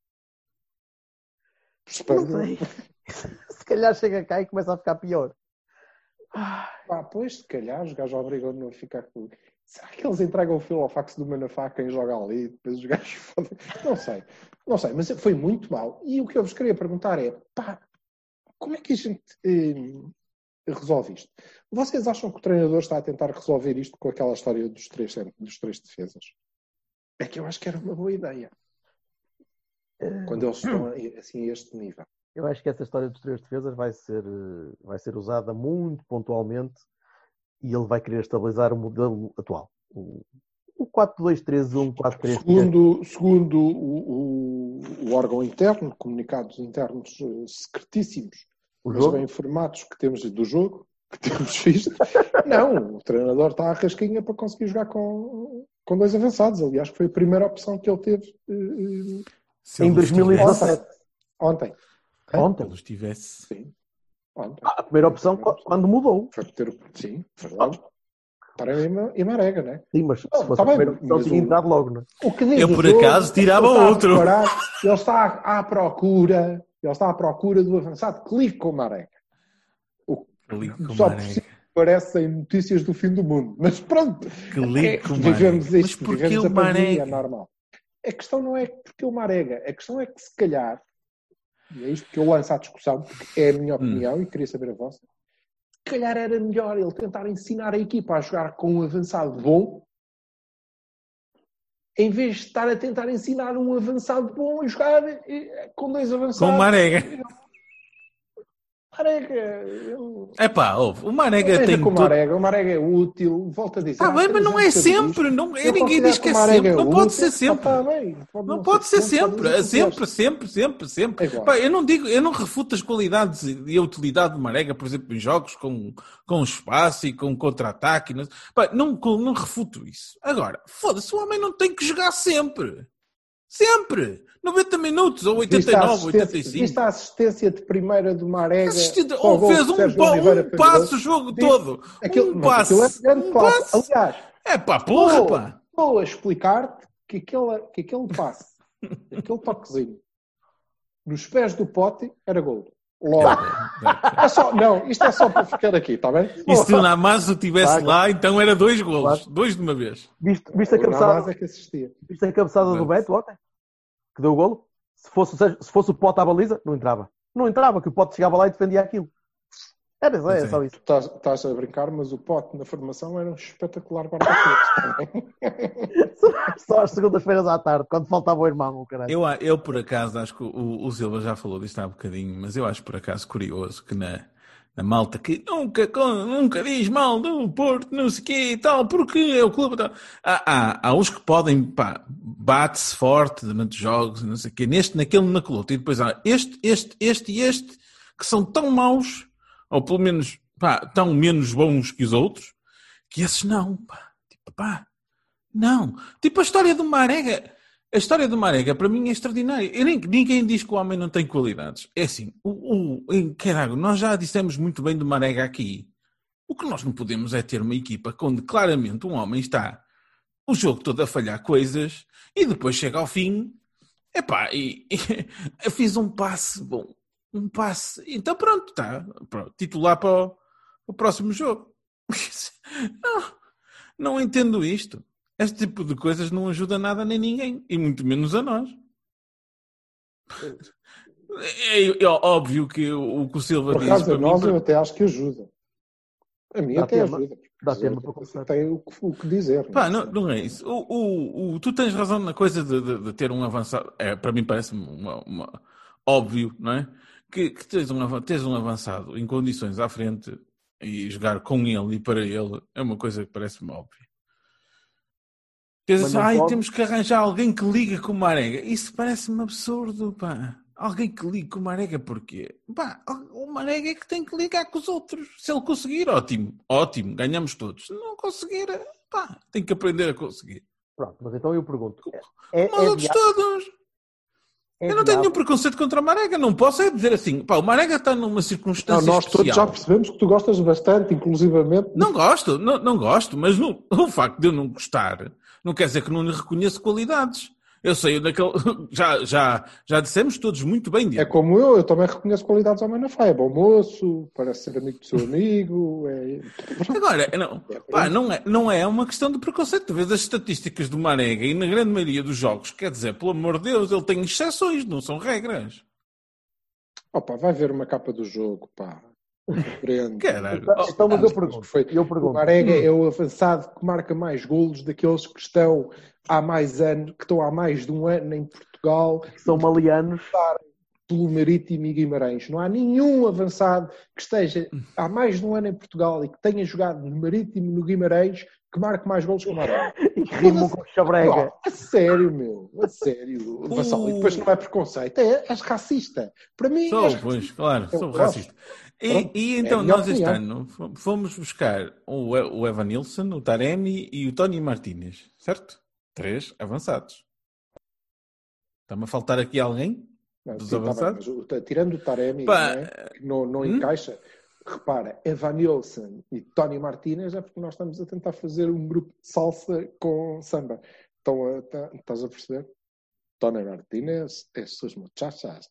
Não sei. Se calhar chega cá e começa a ficar pior. Ah, pois, se calhar, os gajos obrigam-no a ficar com... Será que eles entregam o filofax do Manafá a quem joga ali? Depois os gajos fodem... Não sei. Não sei, mas foi muito mal. E o que eu vos queria perguntar é, pá, como é que a gente eh, resolve isto? Vocês acham que o treinador está a tentar resolver isto com aquela história dos três, dos três defesas? É que eu acho que era uma boa ideia. Quando eles estão assim a este nível. Eu acho que essa história dos três defesas vai ser, eh, vai ser usada muito pontualmente e ele vai querer estabilizar o modelo atual. O, o quatro dois três um, quatro três três. Segundo, segundo o, o, o órgão interno, comunicados internos uh, secretíssimos, O mas jogo? bem informados que temos do jogo, que temos visto, não, o treinador está à rasquinha para conseguir jogar com, com dois avançados. Aliás, foi a primeira opção que ele teve uh, Se Em ele dois mil e estivesse- dezassete. ontem. Ontem. Se ele estivesse... Sim, ontem. Ah, a primeira opção quando mudou. Foi ter o... Sim, verdade. Para e Marega, não é? Sim, mas se Não, fosse tá a bem, primeira opção mas tinha o- entrado logo, não é? O que diz Eu, o por jogo, acaso, tirava ele está a outro. preparar- Ele está à procura, ele está à procura do avançado. Clique com o Marega. O Clique com só o por si Marega. parecem notícias do fim do mundo. Mas pronto, Clique é, com o vivemos Marega. isto, Mas porquê vivemos o a pandemia, é Marega? normal. A questão não é porque o Marega, a questão é que se calhar, e é isto que eu lanço à discussão, porque é a minha opinião Hum. e queria saber a vossa, se calhar era melhor ele tentar ensinar a equipa a jogar com um avançado bom, em vez de estar a tentar ensinar um avançado bom a jogar eh, com dois avançados. Com o Marega. Marega, eu... É pá, ouve, o Marega Seja tem com o todo... Marega, o Marega é útil, volto a dizer. Ah, há bem, mas não é três anos que eu digo sempre. isto. Não, Eu ninguém considero diz que é o Marega sempre. Não útil. pode ser Ah, sempre. tá bem, pode Não pode ser pode sempre. dizer É o que sempre, quiseres. sempre, sempre, sempre, sempre. É igual. Pá, eu não digo, eu não refuto as qualidades e a utilidade do Marega, por exemplo, em jogos com, com espaço e com contra-ataque. Não, pá, não, não refuto isso. Agora, foda-se, o homem não tem que jogar sempre. Sempre. noventa minutos, ou oitenta Viste e a nove, assistência- oitenta e cinco. Viste a assistência de primeira do Marega? Assistente, para o ou gol fez que um, Sérgio pa- Oliveira um fez passe gol? o jogo Viste? todo. Aquilo, um mas aquilo é passe. grande Um passe. passe. Aliás, É pá, porra, estou, pá. estou a explicar-te que aquele, que aquele passe, aquele toquezinho, nos pés do Pote, era gol. Logo. É só, não, isto é só para ficar aqui, está bem? E se o Namazo estivesse Claro. lá, então era dois golos. Claro. Dois de uma vez. Viste, viste a O Namaz cabeçada, é que assistia. viste a cabeçada do Beto ontem? Que deu o golo? Se fosse, o Sérgio- se fosse o Pote à baliza, não entrava. Não entrava, que o Pote chegava lá e defendia aquilo. Era é, Pois é. só isso. Estás, estás a brincar, mas o Pote na formação era um espetacular guarda-redes. está bem? Só às segundas-feiras à tarde, quando faltava o irmão, o caralho. Eu, eu, por acaso, acho que o, o Silva já falou disto há bocadinho, mas eu acho, por acaso, curioso que na, na malta que nunca, com- nunca diz mal do Porto, não sei o quê e tal, porque é o clube e tal. Há, há, há uns que podem, pá, bate-se forte durante os jogos, não sei o quê, neste, naquele, naquele outro. E depois há este, este, este e este, que são tão maus, ou pelo menos, pá, tão menos bons que os outros, que esses não, pá. Tipo, pá, não. Tipo a história do Marega. A história do Marega, para mim, é extraordinária. Eu nem, ninguém diz que o homem não tem qualidades. É assim, o, o, em, caralho, nós já dissemos muito bem do Marega aqui. O que nós não podemos é ter uma equipa onde claramente um homem está o jogo todo a falhar coisas e depois chega ao fim, epá, e, e fiz um passe, bom, um passe, então pronto, está, pronto, titular para o, o próximo jogo. Não, não entendo isto. Este tipo de coisas não ajuda nada nem ninguém, e muito menos a nós. É, é óbvio que o, o que o Silva Por diz... acaso, para a nós mim, eu até acho que ajuda. A mim Dá até tema. ajuda. Dá tempo para começar. Tem o, o que dizer. Pá, não, não, não é isso. O, o, o, tu tens razão na coisa de, de, de ter um avançado. É, para mim parece-me uma, uma, óbvio, não é? Que, que tens, um, tens um avançado em condições à frente e jogar com ele e para ele é uma coisa que parece-me óbvia. Tens assim, ai, pode... temos que arranjar alguém que liga com o Marega. Isso parece-me absurdo, pá. Alguém que ligue com o Marega, porquê? Pá, o Marega é que tem que ligar com os outros. Se ele conseguir, ótimo, ótimo, ganhamos todos. Se não conseguir, pá, tem que aprender a conseguir. Pronto, mas então eu pergunto. É, Como os é outros viável? todos. É eu não viável? tenho nenhum preconceito contra o Marega. Não posso é dizer assim, pá, o Marega está numa circunstância não, nós especial. todos já percebemos que tu gostas bastante, inclusivamente. Não gosto, não, não gosto, mas no, o facto de eu não gostar não quer dizer que não lhe reconheço qualidades. Eu sei, daquele, já, já, já dissemos todos muito bem disso. É como eu, eu também reconheço qualidades ao Manafá. É bom moço, parece ser amigo do seu amigo. É... Agora, não, pá, não, é, não é uma questão de preconceito. Tu vês as estatísticas do Marega e na grande maioria dos jogos, quer dizer, pelo amor de Deus, ele tem exceções, não são regras. Opa, vai ver uma capa do jogo, pá. Caralho. Então, mas eu pergunto, Foi, eu pergunto. O Marega é o avançado que marca mais golos daqueles que estão há mais anos, que estão há mais de um ano em Portugal. São malianos. Pelo Marítimo e Guimarães. Não há nenhum avançado que esteja há mais de um ano em Portugal e que tenha jogado no Marítimo e no Guimarães que marque mais golos que o Marega. E que rimam com o Chabrega. A sério, meu. A sério. Vassal. E depois não é preconceito. É, és racista. Para mim, sou, és pois, racista. claro, Eu sou gosto. racista. E, e então, é nós este ano fomos buscar o, o Evan Nilsson, o Taremi e o Tony Martínez, certo? Três avançados. Está-me a faltar aqui alguém? Não, dos sim, avançados? Tá bem, mas, tirando o Taremi, Pá, não, é? que não, não hum? encaixa, repara, Evan Nilsson e Tony Martínez é porque nós estamos a tentar fazer um grupo de salsa com samba. Então, uh, tá, estás a perceber? Tony Martínez, essas muchachas.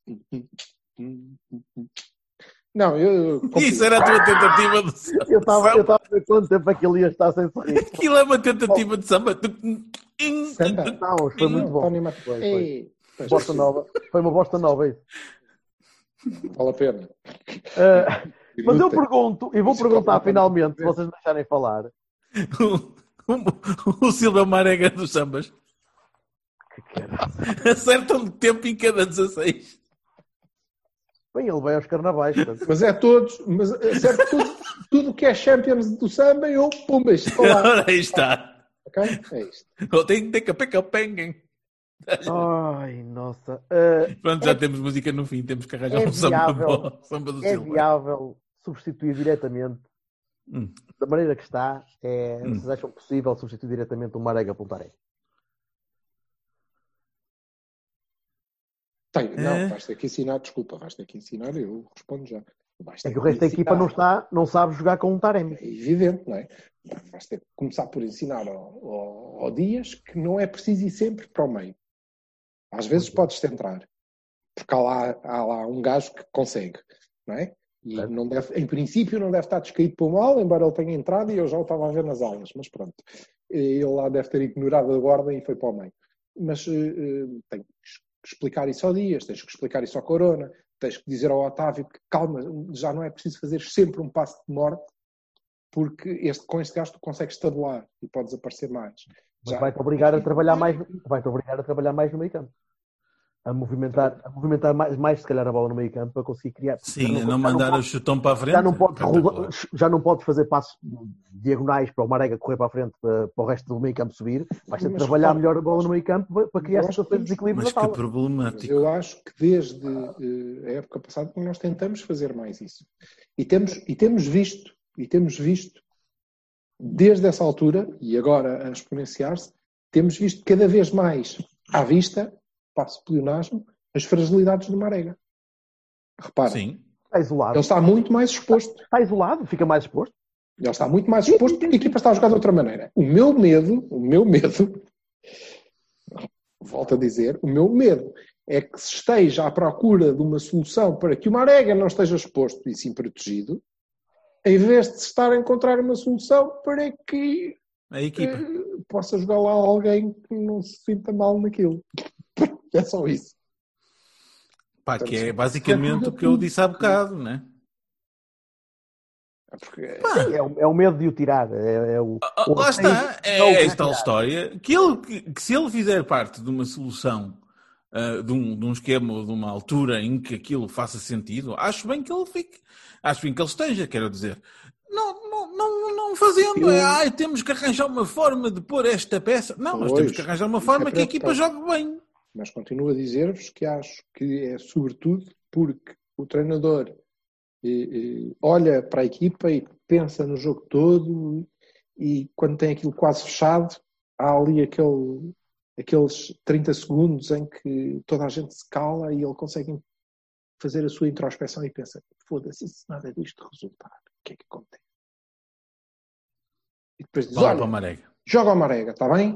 Não, eu... eu Isso era a tua tentativa de samba. Eu estava eu estava a ver quanto tempo é que ele ia estar sem sorrir. Aquilo é uma tentativa de samba. Samba? Não, foi muito bom. Tony Martínez. Foi, foi. Ei, Bosta nova. Foi uma bosta nova isso. vale a pena. Uh, mas eu pergunto, e vou perguntar finalmente, se vocês me deixarem falar. O, o, o Silva Marega dos sambas. Que caralho. Acertam de tempo em cada dezasseis. Bem, ele vai aos carnavais. Portanto. Mas é todos, mas acerto tudo, tudo que é Champions do samba, eu, pumba, estou lá. Ora, aí está. Ok? É isto. Oh, tem que ter que pegar penguin. Ai, nossa. Uh, Pronto, já é, temos música no fim, temos que arranjar é um samba, viável, bom, samba do é Silva. viável substituir diretamente, Hum. da maneira que está, é, Hum. vocês acham possível substituir diretamente o Marega pelo Taremi? Tem, não, É. vais ter que ensinar, desculpa, vais ter que ensinar, eu respondo já. Vais ter É que o resto da ensinar. equipa não, está, não sabe jogar com um Taremi. É evidente, não é? Vais ter que começar por ensinar ao, ao, ao Dias que não é preciso ir sempre para o meio. Às vezes podes centrar, porque há lá, há lá um gajo que consegue, não é? E Certo. não deve, em princípio não deve estar descaído para o mal, embora ele tenha entrado e eu já o estava a ver nas aulas, mas pronto. Ele lá deve ter ignorado a ordem e foi para o meio. Mas uh, tem que explicar isso ao Dias, tens que explicar isso ao Corona, tens que dizer ao Otávio que calma, já não é preciso fazer sempre um passo de morte, porque este, com este gajo tu consegues tabular e podes aparecer mais. Mas Já- vai-te obrigar a trabalhar mais, vai-te obrigar a trabalhar mais no meio campo. A movimentar, a movimentar mais, mais, se calhar, a bola no meio campo para conseguir criar. Sim, Já não mandar o chutão para a frente. Já não, podes Espetacular. rolar- já não podes fazer passos diagonais para o Marega correr para a frente para, para o resto do meio campo subir. Vais ter de Mas, trabalhar repara, melhor a bola no meio campo para- para criar eu acho situações que de desequilíbrio Mas na que sala. Mas problemático. eu acho que desde uh, a época passada nós tentamos fazer mais isso. E temos, e temos visto, e temos visto, desde essa altura, e agora a exponenciar-se, temos visto cada vez mais à vista, passo pleonasmo, as fragilidades do Marega. Repara, Sim. Está isolado. ele está muito mais exposto. Está isolado, fica mais exposto. Ele está muito mais exposto porque a equipa está a jogar de outra maneira. O meu medo, o meu medo, volto a dizer, o meu medo é que se esteja à procura de uma solução para que o Marega não esteja exposto e sim protegido, em vez de se estar a encontrar uma solução para que A equipa. eh, possa jogar lá alguém que não se sinta mal naquilo. É só isso. Pá, que é basicamente o que eu disse há bocado, né? É porque Sim, é, o, é o medo de o tirar. É, é o, Ah, o lá receio está, de é não o esta tal tirar. história que, ele, que, que se ele fizer parte de uma solução, ah, de, um, de um esquema ou de uma altura em que aquilo faça sentido, acho bem que ele fique, acho bem que ele esteja, quero dizer. Não, não, não, não fazendo, Eu- é, ai, temos que arranjar uma forma de pôr esta peça. Não, nós temos Pois, que arranjar uma isso forma é que a equipa preocupante. jogue bem. Mas continuo a dizer-vos que acho que é sobretudo porque o treinador eh, eh, olha para a equipa e pensa no jogo todo e quando tem aquilo quase fechado, há ali aquele, aqueles trinta segundos em que toda a gente se cala e ele consegue fazer a sua introspeção e pensa, foda-se, se nada disto resultar, o que é que acontece? E depois diz, Bola olha, para a Marega. joga ao Marega, está bem?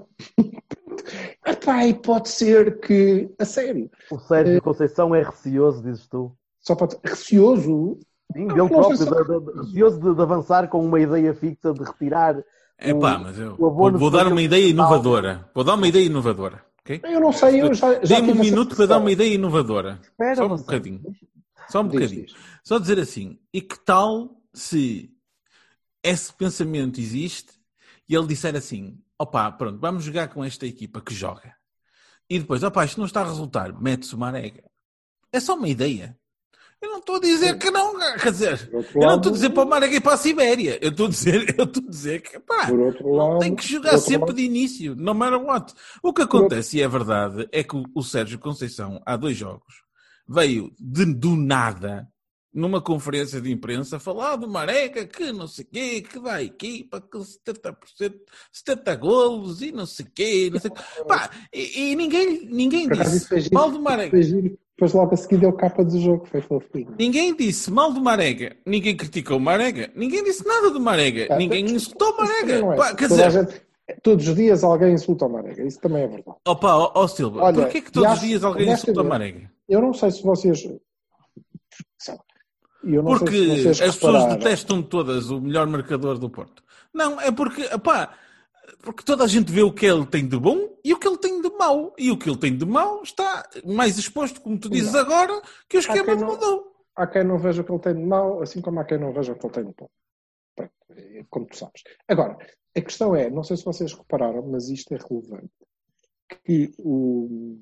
Epá, e pode ser que, a sério, O Sérgio Conceição é receoso, dizes tu. só pode receoso. Sim, Não, dele não sei próprio, se- de, de, receoso de, de avançar com uma ideia fixa, de retirar É o, pá, mas eu o vou, abono vou de dar uma fazer ideia o total. inovadora. Vou dar uma ideia inovadora. Okay? Eu não sei, eu já, já Dei-me um tive a minuto para dar uma sensação. ideia inovadora. Espera, Só um Marcelo. bocadinho. Só um Diz, bocadinho. diz. Só dizer assim, e que tal se esse pensamento existe e ele disser assim, opá, pronto, vamos jogar com esta equipa que joga. E depois, opá, isto não está a resultar, mete-se o Marega. É só uma ideia. Eu não estou a dizer que não, quer dizer, Por outro eu não lado- estou a dizer para o Marega ir para a Sibéria. Eu estou a dizer, eu estou a dizer que, pá, Por outro não lado- tem que por jogar outro sempre lado- de início, no matter what. O que Por outro- acontece, e é verdade, é que o, o Sérgio Conceição, há dois jogos, veio de, do nada, numa conferência de imprensa, falar do Marega, que não sei o quê, que dá a equipa, que setenta por cento, setenta golos e não sei o quê, não sei o quê. Pá, e, e ninguém, ninguém Por acaso, isso foi disse giro, mal do isso Marega. foi giro. Depois logo a seguir deu capa do jogo, foi fofinho. Ninguém disse mal do Marega, ninguém criticou o Marega, ninguém disse nada do Marega, Ah, ninguém isso- insultou o isso também Marega. não é. Pá, quer Toda a dizer, gente- todos os dias alguém insulta o Marega, isso também é verdade. opa, ó, ó Silva, Olha, porquê que todos e os acho- dias alguém insulta o honestamente, Marega? Eu não sei se vocês. sei lá, Eu não Porque sei se vocês as pessoas repararam. detestam todas o melhor marcador do Porto. Não, é porque, opá, porque toda a gente vê o que ele tem de bom e o que ele tem de mau. E o que ele tem de mau está mais exposto, como tu dizes Não. agora, que o Há esquema quem não- mudou. Há quem não veja o que ele tem de mau, assim como há quem não veja o que ele tem de bom. Pronto, é como tu sabes. Agora, a questão é, não sei se vocês repararam, mas isto é relevante, que o,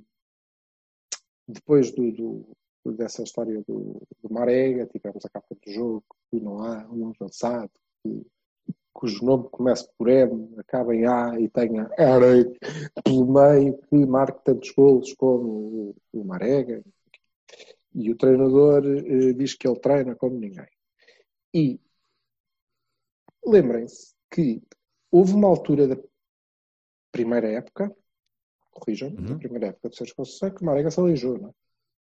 depois do, do- dessa história do, do Marega, tivemos a capa do jogo, que não há um avançado, que, cujo nome começa por M, acaba em A e tenha Areg pelo meio, que marque tantos golos como o, o Marega. E o treinador eh, diz que ele treina como ninguém. E lembrem-se que houve uma altura da primeira época, corrijam-me, Uhum. da primeira época do Sérgio Conceição, que o Marega se aleijou, não é?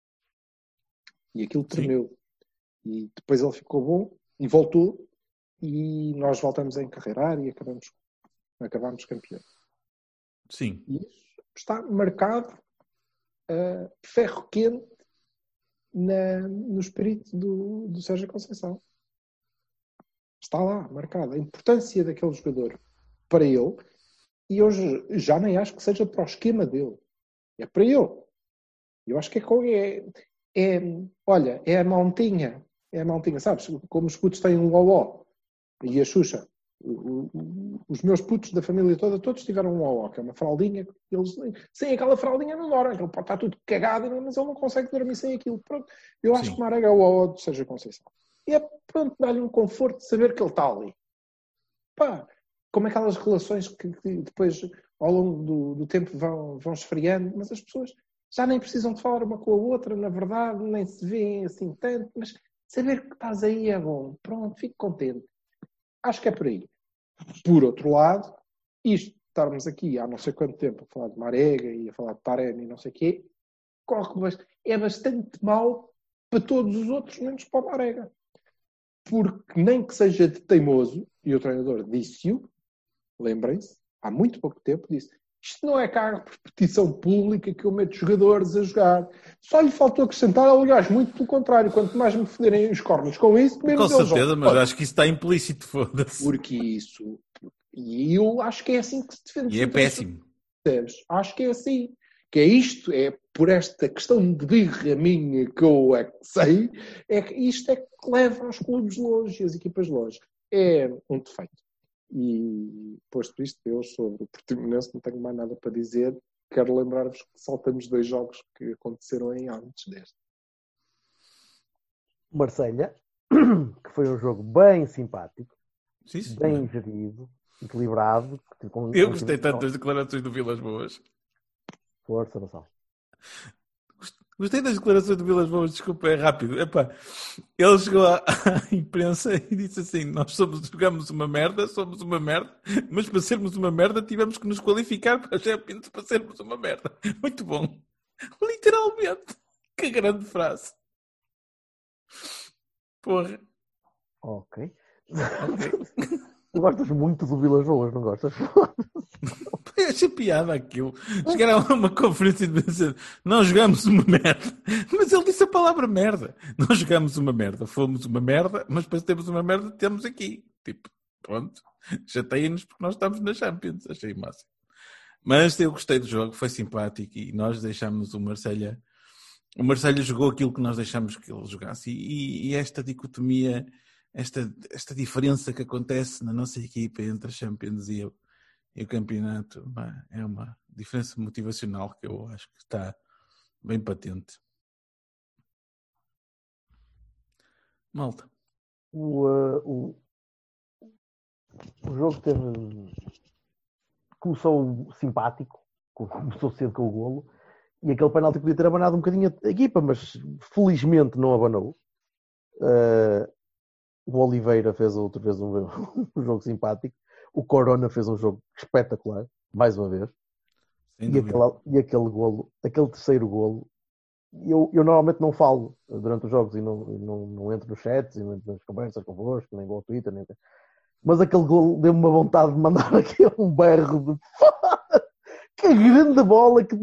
E aquilo tremeu. E depois ele ficou bom e voltou e nós voltamos a encarreirar e acabamos, acabamos campeões. Sim. E isso está marcado a ferro quente na, no espírito do, do Sérgio Conceição. Está lá, marcado. A importância daquele jogador para ele, e hoje já nem acho que seja para o esquema dele. É para ele. Eu acho que é, é, é olha, é a montinha. É a montinha, sabes? Como os putos têm um ó-ó e a Xuxa. O, o, os meus putos da família toda, todos tiveram um ó-ó, que é uma fraldinha. Eles, sem aquela fraldinha não dormem. Ele pode estar tudo cagado, mas ele não consegue dormir sem aquilo. Pronto. Eu acho Sim. que o Marega é o ó-ó do Sérgio Conceição. E é, pronto, dá-lhe um conforto de saber que ele está ali. Pá, como aquelas relações que, que depois, ao longo do, do tempo, vão, vão esfriando, mas as pessoas já nem precisam de falar uma com a outra, na verdade, nem se veem assim tanto, mas saber que estás aí é bom. Pronto, fico contente. Acho que é por aí. Por outro lado, isto estarmos aqui há não sei quanto tempo a falar de Marega e a falar de Taremi e não sei o quê, corre, mas é bastante mau para todos os outros, menos para o Marega. Porque nem que seja de teimoso, e o treinador disse-o, lembrem-se, há muito pouco tempo disse, isto não é cargo por petição pública que eu meto jogadores a jogar. Só lhe faltou acrescentar, aliás, muito pelo contrário, quanto mais me foderem os cornos com isso, menos Com eles certeza, jogam. mas acho que isso está implícito, foda-se. Porque isso, e eu acho que é assim que se defende. E é péssimo. Percebes? Acho que é assim. Que é isto, é por esta questão de birra minha que eu é que sei, é que isto é que leva os clubes longe e as equipas longe. É um defeito. E, posto isto, eu sobre o Portimonense não tenho mais nada para dizer. Quero lembrar-vos que saltamos dois jogos que aconteceram em antes deste. Marselha, que foi um jogo bem simpático, Sim, sim. bem gerido, equilibrado. Com, Eu com gostei tanto das declarações do Vilas Boas. Força, Nação. Gostei das declarações do Vilas Boas, desculpa, é rápido. Epá, ele chegou à, à imprensa e disse assim, nós somos, jogamos uma merda, somos uma merda, mas para sermos uma merda tivemos que nos qualificar para a Champions para sermos uma merda. Muito bom. Literalmente. Que grande frase. Porra. Ok. Ok. Tu gostas muito do Vilas Boas, não gostas? Eu achei piada aquilo. Chegaram a uma conferência e dizer não jogamos uma merda. Mas ele disse a palavra merda. Não jogamos uma merda. Fomos uma merda, mas depois temos uma merda temos aqui. Tipo, pronto. Chateia-nos porque nós estamos na Champions. Achei máximo. Mas eu gostei do jogo. Foi simpático e nós deixámos o Marselha. O Marselha jogou aquilo que nós deixámos que ele jogasse. E, e esta dicotomia, esta, esta diferença que acontece na nossa equipa entre a Champions e eu. E o campeonato é uma diferença motivacional que eu acho que está bem patente. Malta. O, uh, o, o jogo teve... começou simpático, começou cedo com o golo, e aquele penalti podia ter abanado um bocadinho a equipa, mas felizmente não abanou. Uh, o Oliveira fez outra vez um, um jogo simpático. O Corona fez um jogo espetacular, mais uma vez. E aquele, e aquele golo, aquele terceiro golo, eu, eu normalmente não falo durante os jogos e não, não, não entro nos chats e não entro nas conversas convosco, nem vou ao Twitter, nem... mas aquele golo deu-me uma vontade de mandar aqui um berro de que grande bola que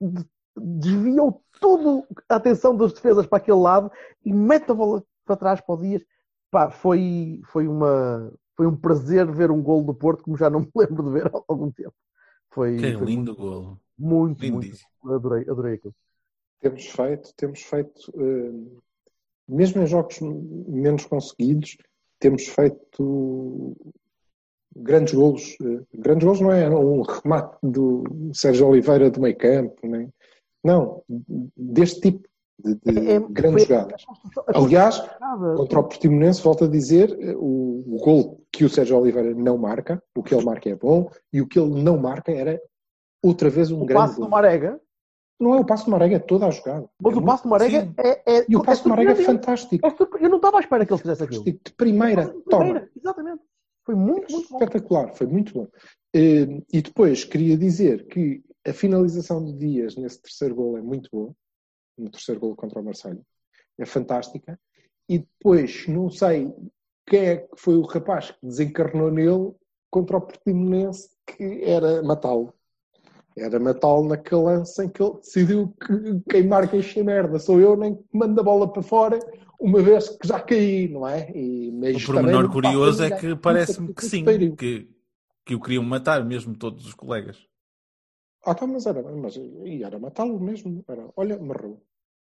desviou toda a atenção das defesas para aquele lado e mete a bola para trás para o Dias. Pá, foi, foi uma... Foi um prazer ver um golo do Porto, como já não me lembro de ver há algum tempo. Foi, que foi lindo muito, golo. Muito, Lindíssimo. muito. Adorei, adorei aquilo. Temos feito, temos feito, uh, mesmo em jogos menos conseguidos, temos feito grandes golos. Uh, grandes golos não é um remate do Sérgio Oliveira do meio campo, nem, não, deste tipo. De, de é, grandes foi, jogadas. Aliás, contra o Portimonense, volto a dizer, o, o gol que o Sérgio Oliveira não marca, o que ele marca é bom, e o que ele não marca era outra vez um o grande passo do Marega. Não é o passo do Marega, é toda a jogada. Mas é o passo do Marega é, é... E o passo do Marega é fantástico. É eu não estava à espera que ele fizesse aquilo. De primeira, de primeira toma. Exatamente. Foi muito, muito bom. Espetacular, foi muito bom. E depois, queria dizer que a finalização de Dias nesse terceiro gol é muito boa. No terceiro golo contra o Marselha. É fantástica. E depois, não sei quem é que foi o rapaz que desencarnou nele contra o Portimonense, que era matá-lo. Era matá-lo naquele lance em que ele decidiu que quem marca enche merda. Sou eu, nem que mando a bola para fora, uma vez que já caí, não é? E, o pormenor curioso é que parece-me que sim, que, que o queriam matar mesmo todos os colegas. Ah, tá, mas era, mas, e era matá-lo mesmo. Era, olha, morreu.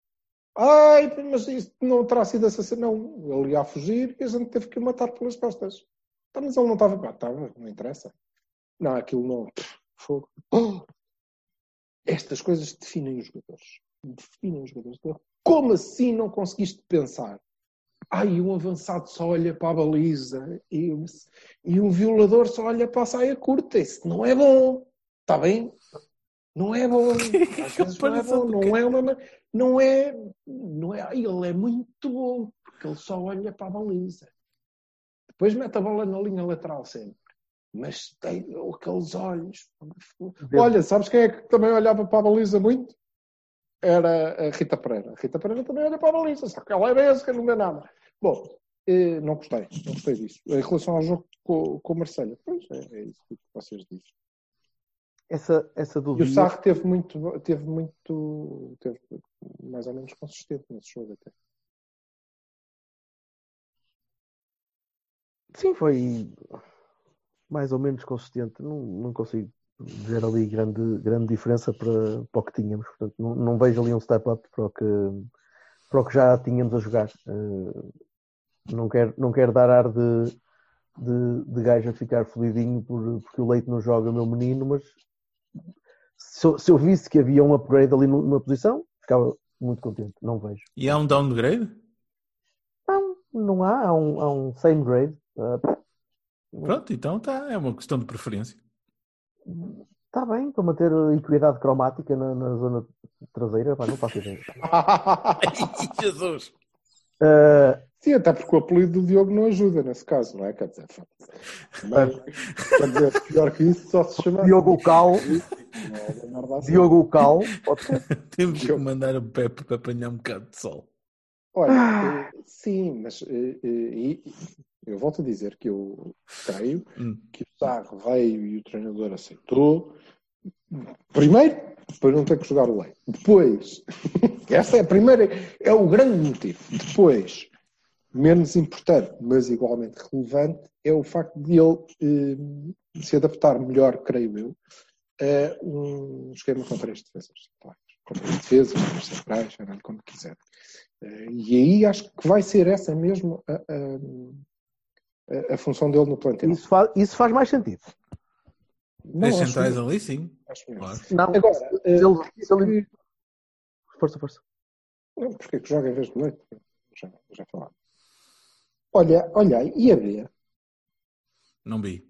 Ai, mas isso não terá sido assassino. Não, ele ia a fugir e a gente teve que o matar pelas costas. Tá, mas ele não estava. Ah, estava, não interessa. Não, aquilo não. Fogo. Oh! Estas coisas definem os jogadores. Definem os jogadores. Como assim não conseguiste pensar? Ai, um avançado só olha para a baliza e, e um violador só olha para a saia curta. Isso não é bom. Está bem? Não é bom. Às vezes não é bom. Não é uma... Não é... Não é... Ele é muito bom. Porque ele só olha para a baliza. Depois mete a bola na linha lateral sempre. mas tem aqueles olhos. Olha, sabes quem é que também olhava para a baliza muito? Era a Rita Pereira. A Rita Pereira também olha para a baliza, só que ela é besta, não vê nada. Bom, eh, não gostei, não gostei disso. Em relação ao jogo com, com o Marselha, pois é, é isso que vocês dizem. Essa, essa do E o Via- Sarre teve muito, teve muito, teve mais ou menos consistente nesse jogo até. Sim, foi mais ou menos consistente. Não, não consigo ver ali grande, grande diferença para, para o que tínhamos. Portanto, não, não vejo ali um step up para o que, para o que já tínhamos a jogar. Uh, não quero, não quero dar ar de, de, de gajo a ficar felidinho por, porque o Leite não joga, meu menino, mas se eu, se eu visse que havia um upgrade ali numa posição, ficava muito contente. Não vejo. E há um downgrade? Não, não há. Há um, há um same grade. Uh, Pronto, então tá, é uma questão de preferência. Está bem, para manter a equidade cromática na, na zona traseira, pá, não faço ideia. Ai, Jesus! Uh, Sim, até porque o apelido do Diogo não ajuda nesse caso, não é? Quer dizer, mas, quer dizer, pior que isso, só se chama Diogo Cal, Não, não assim. Diogo Cal, pode ser. Temos que mandar o Pepe para apanhar um bocado de sol. Olha, eh, sim, mas eh, eh, e- eu volto a dizer que eu creio Hum. que o Sarro veio e o treinador aceitou. Primeiro, para não ter que jogar o Leite. Depois, essa é a primeira, é o grande motivo. Depois, menos importante, mas igualmente relevante, é o facto de ele eh, se adaptar melhor, creio eu, a um esquema com três defesas centrais. Com três defesas, três centrais, chamem-lhe como quiser. Eh, E aí acho que vai ser essa mesmo a, a, a função dele no plantel. Isso faz, isso faz mais sentido. Não, Três acho centrais mesmo, ali, sim. acho mesmo. Claro. Não, Agora, se eh, ele, se ele... que- Força, força. não, porque é que joga em vez de Leite? Já, já falamos. Olha, olha, e a B? Não vi.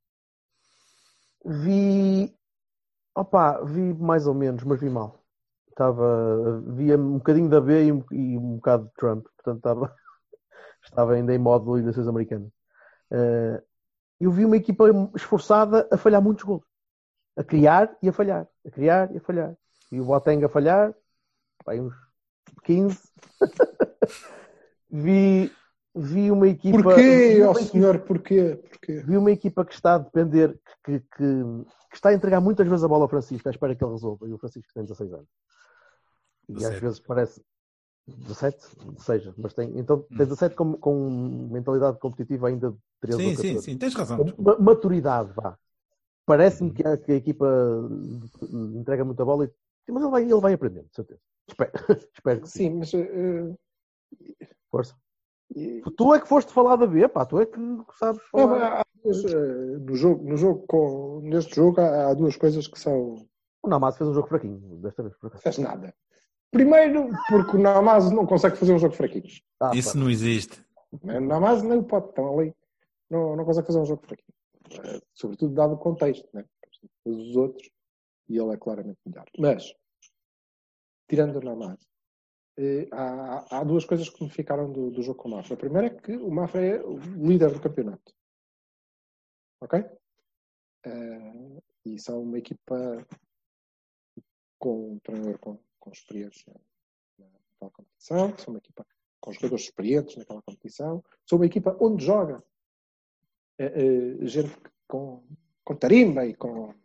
Vi. Opa, vi mais ou menos, mas vi mal. Estava. Via um bocadinho da B e um, e um bocado de Trump. Portanto, estava, estava ainda em modo de eleições americanas. Uh, eu vi uma equipa esforçada a falhar muitos gols. A criar e a falhar. A criar e a falhar. E o Boateng a falhar. Vai uns quinze. vi, vi uma equipa. Porquê, vi ó uma equipa- senhor, porquê? Porquê? Vi uma equipa que está a depender, que, que, que está a entregar muitas vezes a bola ao Francisco, à espera que ele resolva. E o Francisco tem dezasseis anos. E às dezassete. vezes parece. dezassete? Seja, mas tem. Então tem dezassete com, com mentalidade competitiva ainda de treze Sim, ou sim, catorze. sim, tens razão. Com desculpa. ma- maturidade, vá. Parece-me que a, que a equipa entrega muita bola, e, mas ele vai, ele vai aprendendo, de certeza. Espero, espero que sim. Sim, mas eh, Força. eh, Tu é que foste falar da B, pá, tu é que sabes não, falar. há duas, eh, no jogo, no jogo com, neste jogo há, há duas coisas que são. O Namaz fez um jogo fraquinho, desta vez, por acaso. Faz nada. Primeiro, porque o Namaz não consegue fazer um jogo fraquinho. Ah, Isso pá. não existe. O Namaz nem o pode, estão ali. Não, não consegue fazer um jogo fraquinho. Eh, Sobretudo dado o contexto, né? Os outros, e ele é claramente melhor. Mas, tirando o Namaz, eh, há, há duas coisas que me ficaram do, do jogo com o Mafra. A primeira é que o Mafra é o líder do campeonato. Ok? Eh, e são uma equipa com um treinador com, com experiência naquela competição, são uma equipa com jogadores experientes naquela competição, são uma equipa onde joga eh, eh, gente com, com tarimba e com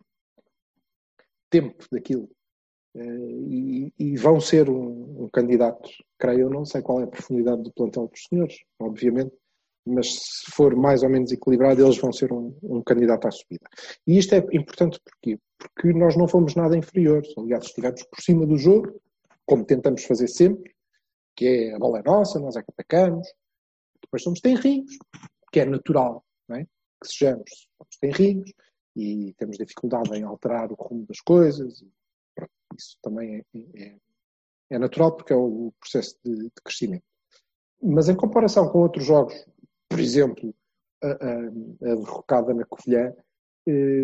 tempo daquilo. Eh, e, e vão ser um, um candidato, creio eu, não sei qual é a profundidade do plantel dos senhores, obviamente, mas se for mais ou menos equilibrado, eles vão ser um, um candidato à subida. E isto é importante porquê? Porque nós não fomos nada inferiores. Aliás, estivemos por cima do jogo, como tentamos fazer sempre, que é a bola é nossa, nós é que atacamos. Depois somos tenrinhos, que é natural, não é? Que sejamos, somos tenrinhos e temos dificuldade em alterar o rumo das coisas. E, pronto, isso também é, é, é natural porque é o processo de, de crescimento. Mas em comparação com outros jogos, por exemplo, a, a, a derrocada na Covilhã, eh,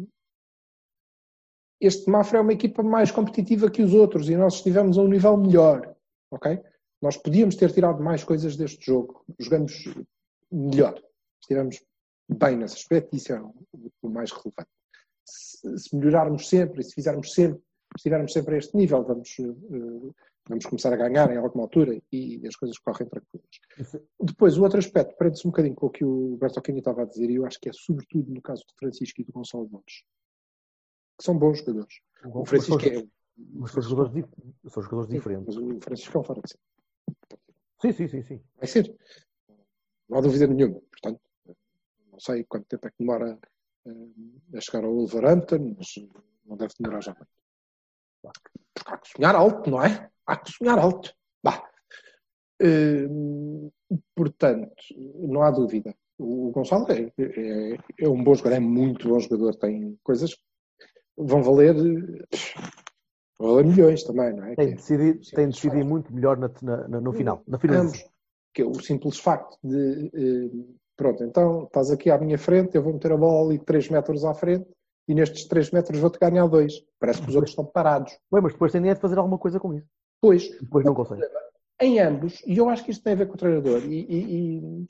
este Mafra é uma equipa mais competitiva que os outros e nós estivemos a um nível melhor, ok? Nós podíamos ter tirado mais coisas deste jogo, jogamos melhor, estivemos bem nesse aspecto, isso é o, o mais relevante. Se, se melhorarmos sempre, se fizermos sempre, se estivermos sempre a este nível, vamos, uh, vamos começar a ganhar em alguma altura e as coisas correm tranquilas. Depois, o outro aspecto, prende-se um bocadinho com o que o Bertocchini estava a dizer, e eu acho que é sobretudo no caso de Francisco e do Gonçalo Borges, que são bons jogadores. O Francisco é... Mas são jogadores, dif... são jogadores sim, diferentes. mas o Francisco é um fora de série. Sim, sim, sim, sim. Vai ser. Não há dúvida nenhuma. Portanto, não sei quanto tempo é que demora uh, a chegar ao Wolverhampton, mas não deve demorar já muito. Porque há que sonhar alto, não é? Há que sonhar alto. Bah. Uh, portanto, não há dúvida. O Gonçalo é, é, é um bom jogador, é muito bom jogador. Tem coisas que vão valer, vão valer milhões também, não é? Tem de decidir, é, tem de decidir muito melhor na, na, no final. Na finalização. Que é o simples facto de, uh, pronto, então estás aqui à minha frente, eu vou meter a bola ali três metros à frente e nestes três metros vou-te ganhar dois. Parece que os outros estão parados. Bem, mas depois tem de fazer alguma coisa com isso. Pois. Depois não consegue. Em ambos, e eu acho que isto tem a ver com o treinador, e, e, e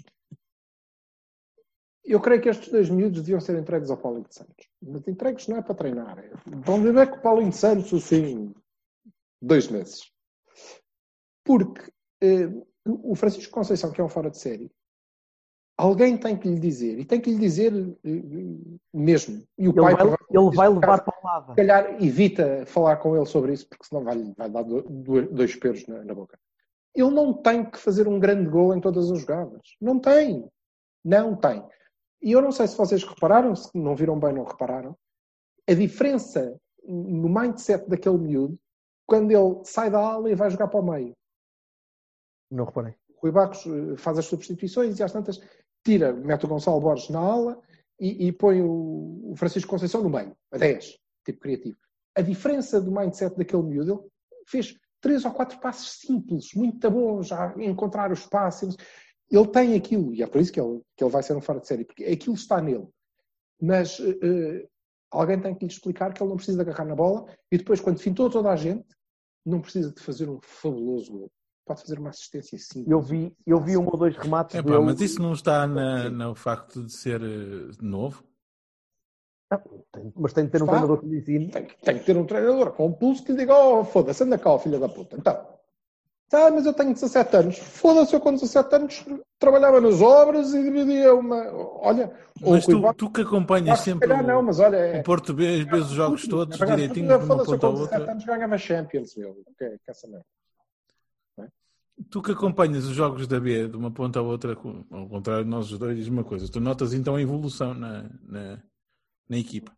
eu creio que estes dois miúdos deviam ser entregues ao Paulinho de Santos. Mas entregues não é para treinar. Vão viver com o Paulinho de Santos, assim, dois meses. Porque eh, o Francisco Conceição, que é um fora de série, alguém tem que lhe dizer, e tem que lhe dizer eh, mesmo. E o ele pai vai, ele vai levar para o lado. Se calhar evita falar com ele sobre isso, porque senão vai, vai dar dois, dois peros na, na boca. Ele não tem que fazer um grande gol em todas as jogadas. Não tem. Não tem. E eu não sei se vocês repararam, se não viram bem, não repararam, a diferença no mindset daquele miúdo quando ele sai da ala e vai jogar para o meio. Não reparei. O Rui Bacos faz as substituições e às tantas tira, mete o Gonçalo Borges na ala e, e põe o, o Francisco Conceição no meio, a dez, tipo criativo. A diferença do mindset daquele miúdo, ele fez três ou quatro passos simples, muito bons, a encontrar o espaço. Ele tem aquilo, e é por isso que ele, que ele vai ser um fora de série, porque aquilo está nele. Mas uh, alguém tem que lhe explicar que ele não precisa de agarrar na bola e depois, quando fintou toda a gente, não precisa de fazer um fabuloso gol. Pode fazer uma assistência simples. Eu vi, eu vi um ou dois remates é, dele. pá, mas isso não está na, no facto de ser uh, novo? Ah, tem, mas tem de ter um está? treinador que lhe ensine. Tem, tem que ter um treinador com um pulso que lhe diga: oh, foda-se, anda cá, filha da puta. Então, ah, mas eu tenho dezassete anos. Foda-se, eu com dezassete anos trabalhava nas obras e dividia uma... Olha... Mas tu, tu que acompanhas sempre calhar, não, mas olha, é... o Porto B, vês os jogos todos direitinho de uma Foda-se, eu ponta com à dezassete outra. anos ganhava Champions, meu. Que é essa merda. Tu que acompanhas os jogos da B de uma ponta à outra, ao contrário de nós os dois, diz uma coisa. Tu notas então a evolução na, na, na equipa?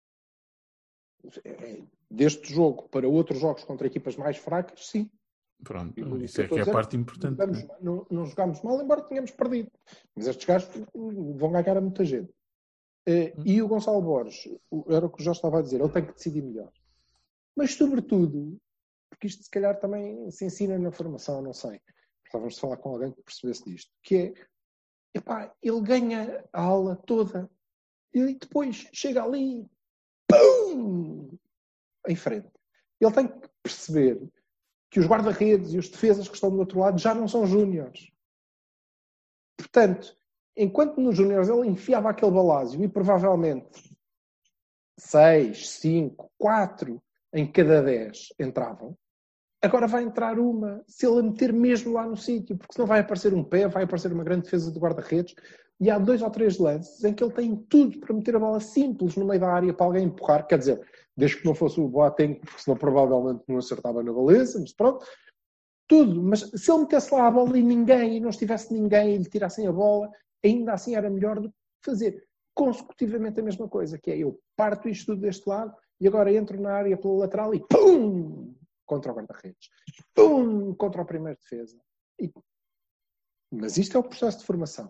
Deste jogo para outros jogos contra equipas mais fracas, sim. Pronto, E, isso é que é a parte importante. Não, jogamos, não, não jogámos mal, embora tenhamos perdido. Mas estes gajos vão ganhar a muita gente. Uh, e o Gonçalo Borges, era o que o Jorge estava a dizer, ele tem que decidir melhor. Mas, sobretudo, porque isto se calhar também se ensina na formação, não sei. Precisávamos de falar com alguém que percebesse disto. Que é, epá, ele ganha a aula toda e depois chega ali, pum, em frente. Ele tem que perceber que os guarda-redes e os defesas que estão do outro lado já não são júniores. Portanto, enquanto nos júniores ele enfiava aquele balásio e provavelmente seis, cinco, quatro em cada dez entravam, agora vai entrar uma, se ele a meter mesmo lá no sítio, porque senão vai aparecer um pé, vai aparecer uma grande defesa de guarda-redes, e há dois ou três lances em que ele tem tudo para meter a bola simples no meio da área para alguém empurrar, quer dizer, desde que não fosse o Boateng, porque senão provavelmente não acertava na baliza, mas pronto, tudo. Mas se ele metesse lá a bola e ninguém, e não estivesse ninguém e lhe tirassem a bola, ainda assim era melhor do que fazer consecutivamente a mesma coisa, que é eu parto isto tudo deste lado e agora entro na área pela lateral e pum! Contra o guarda-redes. Pum! Contra o primeiro defesa. E... Mas isto é o processo de formação.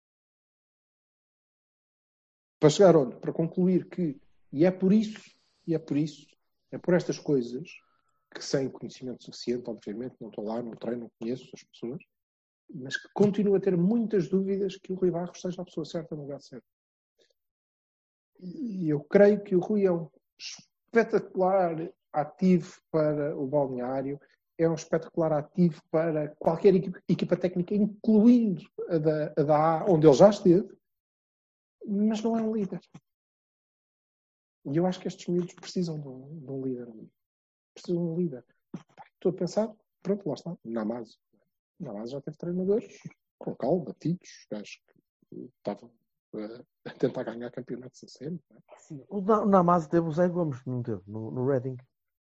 Para chegar onde? Para concluir que, e é por isso, e é por isso, é por estas coisas, que sem conhecimento suficiente, obviamente, não estou lá, não treino, não conheço as pessoas, mas que continuo a ter muitas dúvidas que o Rui Barros seja a pessoa certa no lugar certo. E eu creio que o Rui é um espetacular ativo para o balneário, é um espetacular ativo para qualquer equipa, equipa técnica, incluindo a da, a da A, onde ele já esteve, mas não é um líder. E eu acho que estes miúdos precisam de um, de um líder. Precisam de um líder. Estou a pensar, pronto, lá está, Namazo. Namazo já teve treinadores com calma, batidos, gajos que estavam uh, a tentar ganhar campeonatos a sério. Sim, o Namazo teve o Zé Gomes, não teve, no, no Reading.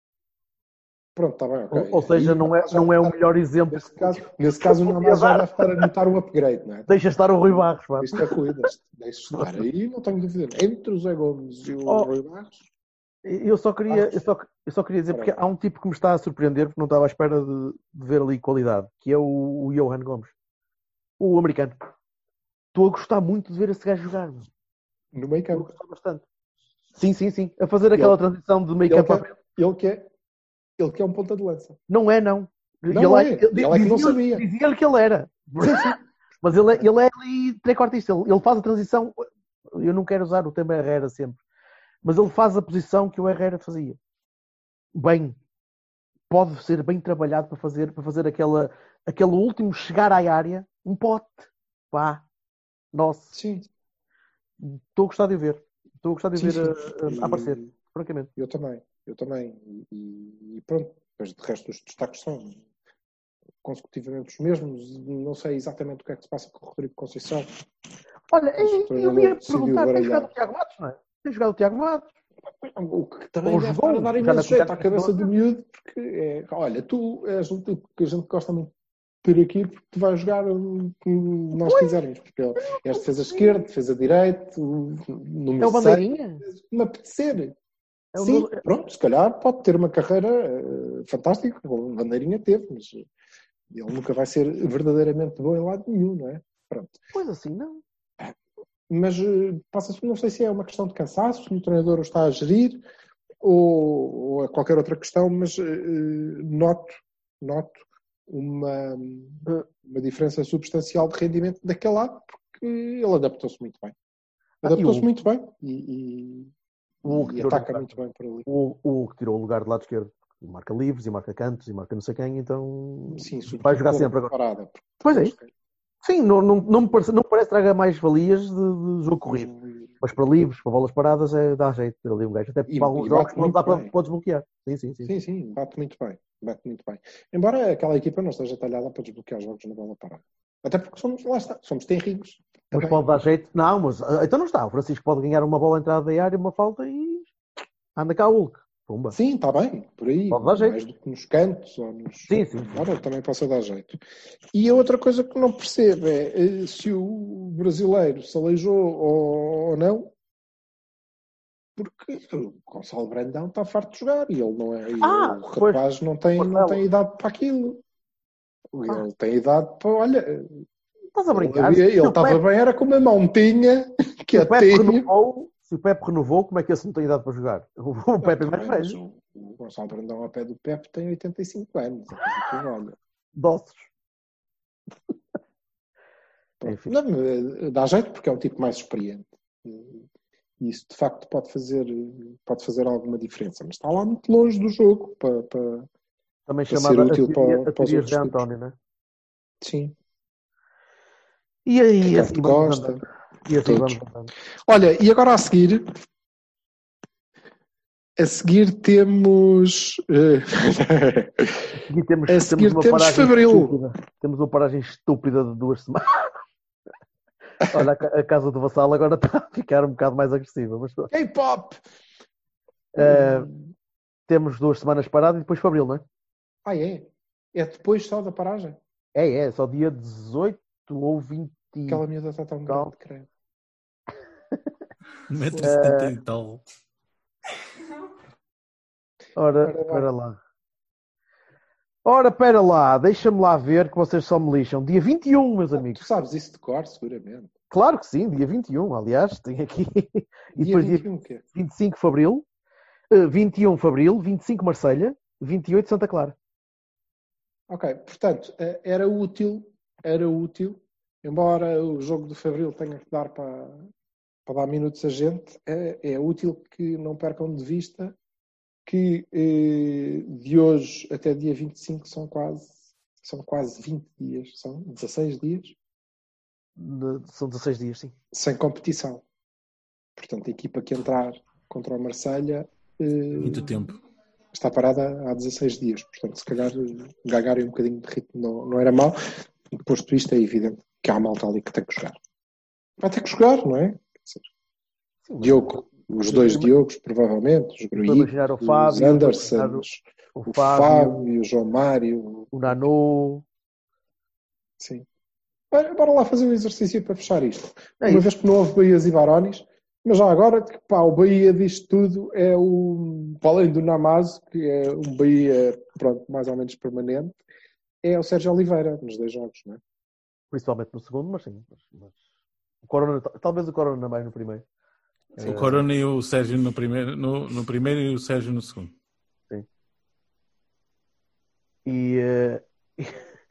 Pronto, está bem, ok. Ou, ou seja, Aí, não é, não é o melhor exemplo. Nesse caso, nesse caso o Namazo já deve estar a notar um upgrade, não é? Deixa estar o Rui Barros, pá. Isto é cuidas, deixa estar. Aí não tenho dúvida. Entre o Zé Gomes e o Oh. Rui Barros. Eu só queria, eu só, eu só queria dizer, porque há um tipo que me está a surpreender, porque não estava à espera de, de ver ali qualidade, que é o, o Johan Gomes, o americano. Estou a gostar muito de ver esse gajo jogar. Mano. No meio Estou a campo. gostar bastante. Sim, sim, sim. A fazer aquela Ele- transição de meio Ele campo à quer, frente. ele, quer, ele quer um ponta de lança. Não é, não. Não ele, é. Ele é que não dizia- sabia. Dizia-lhe que ele era. Mas ele, é- ele é ali trequartista. Ele, ele faz a transição. Eu não quero usar o termo Herrera sempre. Mas ele faz a posição que o Herrera fazia. Bem. Pode ser bem trabalhado para fazer, para fazer aquela, aquele último chegar à área. Um pote. Pá. Nossa. Sim. Estou a gostar de o ver. Estou a gostar de o Sim, ver sim. a, a, a aparecer. E- Francamente. Eu também. Eu também. E, e pronto. Depois de resto os destaques são consecutivamente os mesmos. Não sei exatamente o que é que se passa com o Rodrigo Conceição. Olha, Mas o eu, eu treinador ia decidiu perguntar, tem baralhar. jogado o Tiago Matos, não é? Tem jogado o Tiago Matos. O que também Ou deve jogou, estar a dar já imenso na jeito à conversa cabeça toda. do miúdo, porque é, olha, tu és um tipo que a gente gosta muito de ter aqui porque tu vais jogar o que nós quisermos, porque ele és defesa esquerda, defesa direita, o número É o seis, Bandeirinha? me apetecer. É o Sim, novo- pronto, se calhar pode ter uma carreira uh, fantástica, como o Bandeirinha teve, mas ele nunca vai ser verdadeiramente bom em lado nenhum, não é? Pronto. Pois assim, não. Mas uh, passa-se, não sei se é uma questão de cansaço, se o treinador o está a gerir, ou, ou a qualquer outra questão, mas uh, noto, noto uma, uma diferença substancial de rendimento daquele lado, porque ele adaptou-se muito bem. Adaptou-se Ah, e o- muito bem e, e, O Hugo e tirou ataca o lugar. muito bem por ali. O o Hugo tirou o lugar do lado esquerdo. Marca livres e marca cantos e marca não sei quem, então Sim, vai jogar sobretudo sempre pela agora. parada, porque Pois é. depois- Sim, não, não, não, me parece, não me parece que traga mais valias de, de jogo corrido. Mas para livres, para bolas paradas, é, dá jeito ter ali um gajo. Até E- para alguns e jogos bate não muito dá para, bem. para desbloquear. Sim, sim, sim. Sim, sim, bate muito bem. Bate muito bem. Embora aquela equipa não esteja talhada para desbloquear jogos na bola parada. Até porque somos, lá está, somos tenrinhos. Mas Também. pode dar jeito. Não, mas ah, então não está. O Francisco pode ganhar uma bola à entrada da área, uma falta e anda cá o Hulk. Pumba. Sim, está bem, por aí. Pode dar jeito. Mais do que nos cantos ou nos. Sim, sim. Ora, também possa dar jeito. E a outra coisa que não percebo é eh, se o brasileiro se aleijou ou, ou não, porque o Gonçalo Brandão está farto de jogar e ele não é. E Ah, o pois. rapaz não tem, não Marcelo. tem idade para aquilo. Ele Ah. tem idade para. Olha, Estás a ele brincar? havia- Se ele o estava Pepe- bem, era com uma mão tinha, que se é o Pepe tinha. renovou, se o Pepe renovou, como é que esse não tem idade para jogar? O Pepe é mais Também, mas velho. o- O Gonçalo Brandão ao pé do Pepe tem oitenta e cinco anos. É coisa que olha. Doces. Pronto. Enfim. Não, mas dá jeito porque é um tipo mais experiente. E isso de facto pode fazer, pode fazer alguma diferença. Mas está lá muito longe do jogo para, para... Também Para chamada ser útil a teoria, para- a para os teoria outros de clubes. António, né? Sim. E aí, Ricardo assim vamos Costa, andando. E assim todos. vamos andando. Olha, e agora a seguir, a seguir temos. eh, E temos, A seguir uma temos paragem Fabril. estúpida. Temos uma paragem estúpida de duas semanas. Olha, a ca- a casa do Vassal agora está a ficar um bocado mais agressiva. Mas pronto. K-pop! Eh, temos duas semanas parado e depois Fabril, não é? Ah, é? É depois só da paragem? É, é, só dia dezoito ou vinte. Aquela miúda está tão Calma. grande, creio. um metro e setenta e tal. Ora, Ora, vai. espera lá. Ora, espera lá, deixa-me lá ver que vocês só me lixam. Dia vinte e um, meus Tu amigos. sabes isso de cor, seguramente. Claro que sim, dia vinte e um, aliás, tem aqui. E Dia depois dia vinte e um, o quê? vinte e cinco de Fabril, eh, vinte e um de Fabril, vinte e cinco Marselha, vinte e oito Santa Clara. Ok, portanto, eh, era útil, era útil, embora o jogo do Fabril tenha que dar para, para dar minutos a gente, é, é útil que não percam de vista que eh, de hoje até dia vinte e cinco são quase, são quase vinte dias, são dezasseis dias, De- São dezasseis dias, sim. sem competição. Portanto, a equipa que entrar contra o Marselha eh, Muito tempo. está parada há dezasseis dias. Portanto, se calhar gagarem um bocadinho de ritmo não, não era mau. E posto isto, é evidente que há malta ali que tem que jogar. Vai ter que jogar, não é? Sim, Diogo, os dois Diogos, provavelmente, os Gruí, o Fábio, os Anderson, o, o Fábio, Fábio, o João Mário, o Nano. Sim. Bora, bora lá fazer um exercício para fechar isto. É Uma isso. vez que não houve Bahias e Barones, mas já agora, pá, o Bahia disto tudo é o, para além do Namazo, que é um Bahia, pronto, mais ou menos permanente, é o Sérgio Oliveira, nos dois jogos, não é? Principalmente no segundo, mas sim. Mas, mas... O Corona, talvez o Corona mais no primeiro. O Corona e o Sérgio no primeiro, no, no primeiro e o Sérgio no segundo. Sim. E, uh,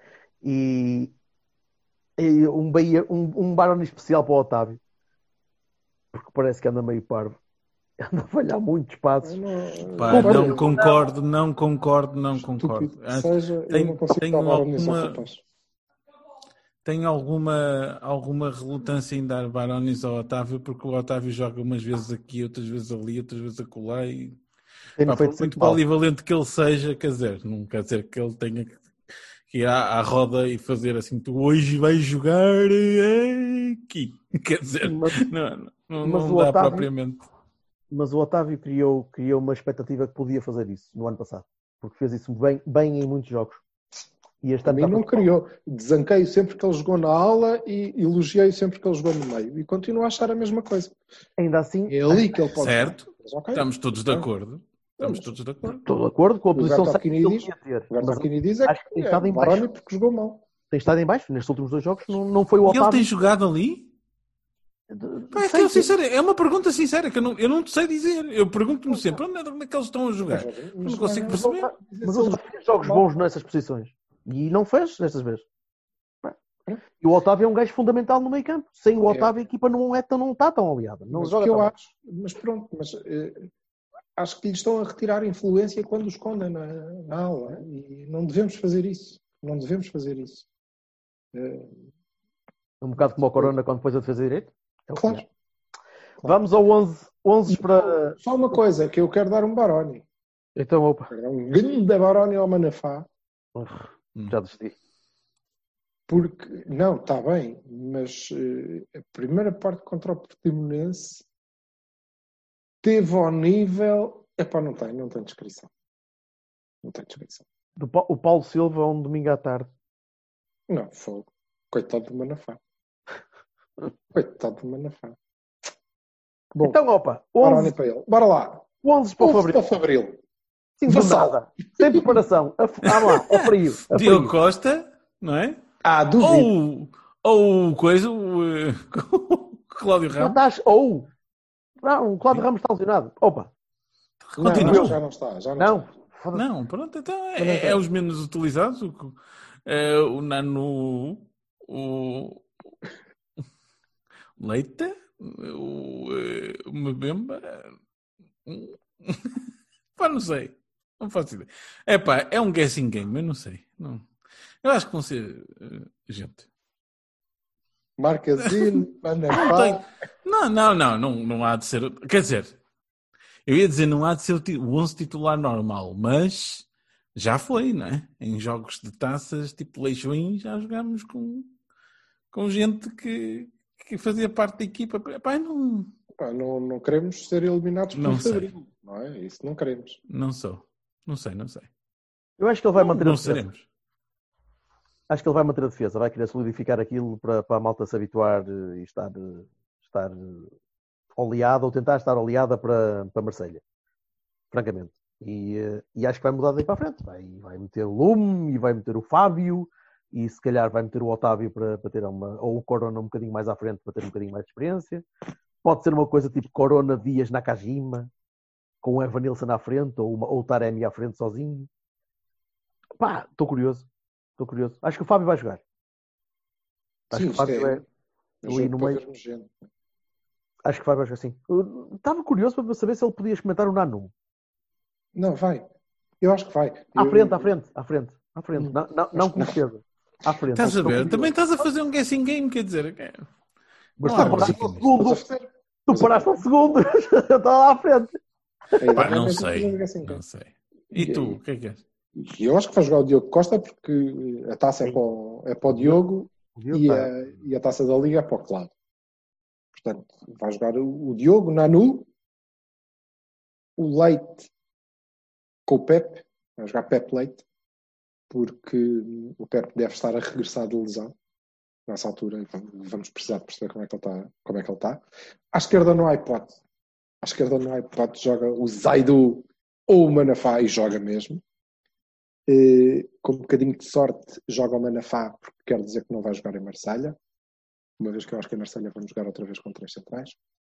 e, e um, Bahia, um, um Baroni especial para o Otávio. Porque parece que anda meio parvo. Anda a falhar muitos passos. Não, Pá, não, não concordo, não concordo, não concordo. Estúpido que seja, eu Tenho, não consigo tenho dar Barones ao alguma, rapaz. tenho alguma, alguma relutância em dar Barones ao Otávio, porque o Otávio joga umas vezes aqui, outras vezes ali, outras vezes acolá e Tem pá, feito por muito mal. polivalente que ele seja, quer dizer, não quer dizer que ele tenha que ir à, à roda e fazer assim, tu hoje vais jogar aqui, quer dizer, Mas, não, não, mas não o dá Otávio- propriamente. mas o Otávio criou, criou uma expectativa que podia fazer isso no ano passado. Porque fez isso bem, bem em muitos jogos. E este A ano mim está não para- criou. Desanquei sempre que ele jogou na ala e elogiei sempre que ele jogou no meio. E continuo a achar a mesma coisa. Ainda assim, É ali que ele pode Certo. jogar. Mas, ok. Estamos todos de Ok. acordo. Estamos Mas- todos de acordo. estou de acordo com a O posição certa que Bertolini ele diz, podia ter. o Mas Bertolini diz é acho que que tem é estado em Baroni baixo. porque jogou mal. tem estado em baixo. Nestes últimos dois jogos não, não foi o E ele Otávio. tem jogado ali? Pá, é, que eu, sincero, é uma pergunta sincera que eu não, eu não sei dizer. Eu pergunto-me sempre onde é, onde é que eles estão a jogar. Eu não consigo perceber. Mas ele já fez jogos bons nessas posições. E não fez destas vezes. E o Otávio é um gajo fundamental no meio campo. Sem o Otávio a equipa não, é tão, não está tão aliada. Não Mas o joga que eu tão bem. acho, mas pronto, mas eh, acho que lhe estão a retirar influência quando o escondem na, na aula. E não devemos fazer isso. Não devemos fazer isso. Eh, Um bocado como o Corona quando pôs a defesa direito. É o que claro. é. Vamos ao onze. onze para... Só uma coisa, que eu quero dar um Baroni. Então, opa. Quero dar um grande Baroni ao Manafá. Já desisti. Porque, não, está bem, mas eh, a primeira parte contra o Portimonense teve ao nível... Epá, não tem, não tem descrição. Não tem descrição. Do Pa- o Paulo Silva, um domingo à tarde. Não, fogo. Coitado do Manafá. Coitado do Manafá. Bom, Então, opa. Baroni onze, para ele. Bora lá. onze para o onze Fabril. para Fabril. Sim, do Vassal. nada. Sem preparação. A, ah, lá, a frio. A Diogo frio. Costa, não é? Ah, duvido. Ou, ou coisa, o, eh, o Cláudio Já Ramos. estás, ou... Não, o Cláudio Ramos está lesionado. Opa. Não, Continua. não, já não está. Já não, Não. está. Foda-se. Não, pronto, então é, é os menos utilizados. O, é, o Nano, o Leite, o, eh, o Mbemba. um- Pá, não sei. Não faço ideia. É pá, é um guessing game, eu não sei. Não. Eu acho que vão ser eh, gente. Marcazinho, Não, Manafá. tem- não, não, não, não, não há de ser. Quer dizer, eu ia dizer, não há de ser o, ti- o onze titular normal, mas já foi, não é? Em jogos de taças, tipo Leixões, já jogámos com, com gente que, que fazia parte da equipa. Pá, não, Pá, não, não queremos ser eliminados Não pelo sei. Fabril. Não é? Isso não queremos. não sou. Não sei, não sei. Eu acho que ele vai Não, manter a não defesa. seremos. Acho que ele vai manter a defesa. Vai querer solidificar aquilo para, para a malta se habituar eh, e estar, eh, estar eh, oleada ou tentar estar oleada para, para Marselha. Francamente. E, eh, e acho que vai mudar daí para a frente. Vai, vai meter o Lume e vai meter o Fábio e se calhar vai meter o Otávio para, para ter uma... Ou o Corona um bocadinho mais à frente para ter um bocadinho mais de experiência. Pode ser uma coisa tipo Corona, Dias, Nakajima, com o Evanilson à frente ou, uma, ou o Taremi à frente sozinho. Pá, estou curioso. Estou curioso. Acho que o Fábio vai jogar. Acho Sim, que o Fábio isto é- é... É ali jogo no para meio. vermos gente. Acho que o Fábio vai jogar assim. Eu estava curioso para saber se ele podia experimentar o Nanu. Não, vai. Eu acho que vai. À Eu- frente, à frente, à frente. À frente. Hum. Não, não, não Acho como que não. defesa. À frente. Estás a Estou ver? curioso. Também estás a fazer um guessing game, quer dizer. é- Mas Não há está a lógica parar no nisto. segundo. Estás a fazer? Tu paraste um segundo, eu estava lá à frente. É, Pá, não exatamente, sei, assim, não sei. E tu, o que é que és? E eu acho que vai jogar o Diogo Costa porque a taça é para o, é para o Diogo e a, e a taça da Liga é para o Claudio. Portanto, vai jogar o, o Diogo, Nanu, o Leite com o Pepe, vai jogar Pepe Leite, porque o Pepe deve estar a regressar de lesão nessa altura. Vamos precisar de perceber como é que ele está. Como é que ele está. À esquerda não há hipótese. À esquerda não há hipótese. Joga o Zaidu ou o Manafá e joga mesmo. E, com um bocadinho de sorte, joga o Manafá, porque quer dizer que não vai jogar em Marselha. Uma vez que eu acho que em Marselha vamos jogar outra vez com três centrais.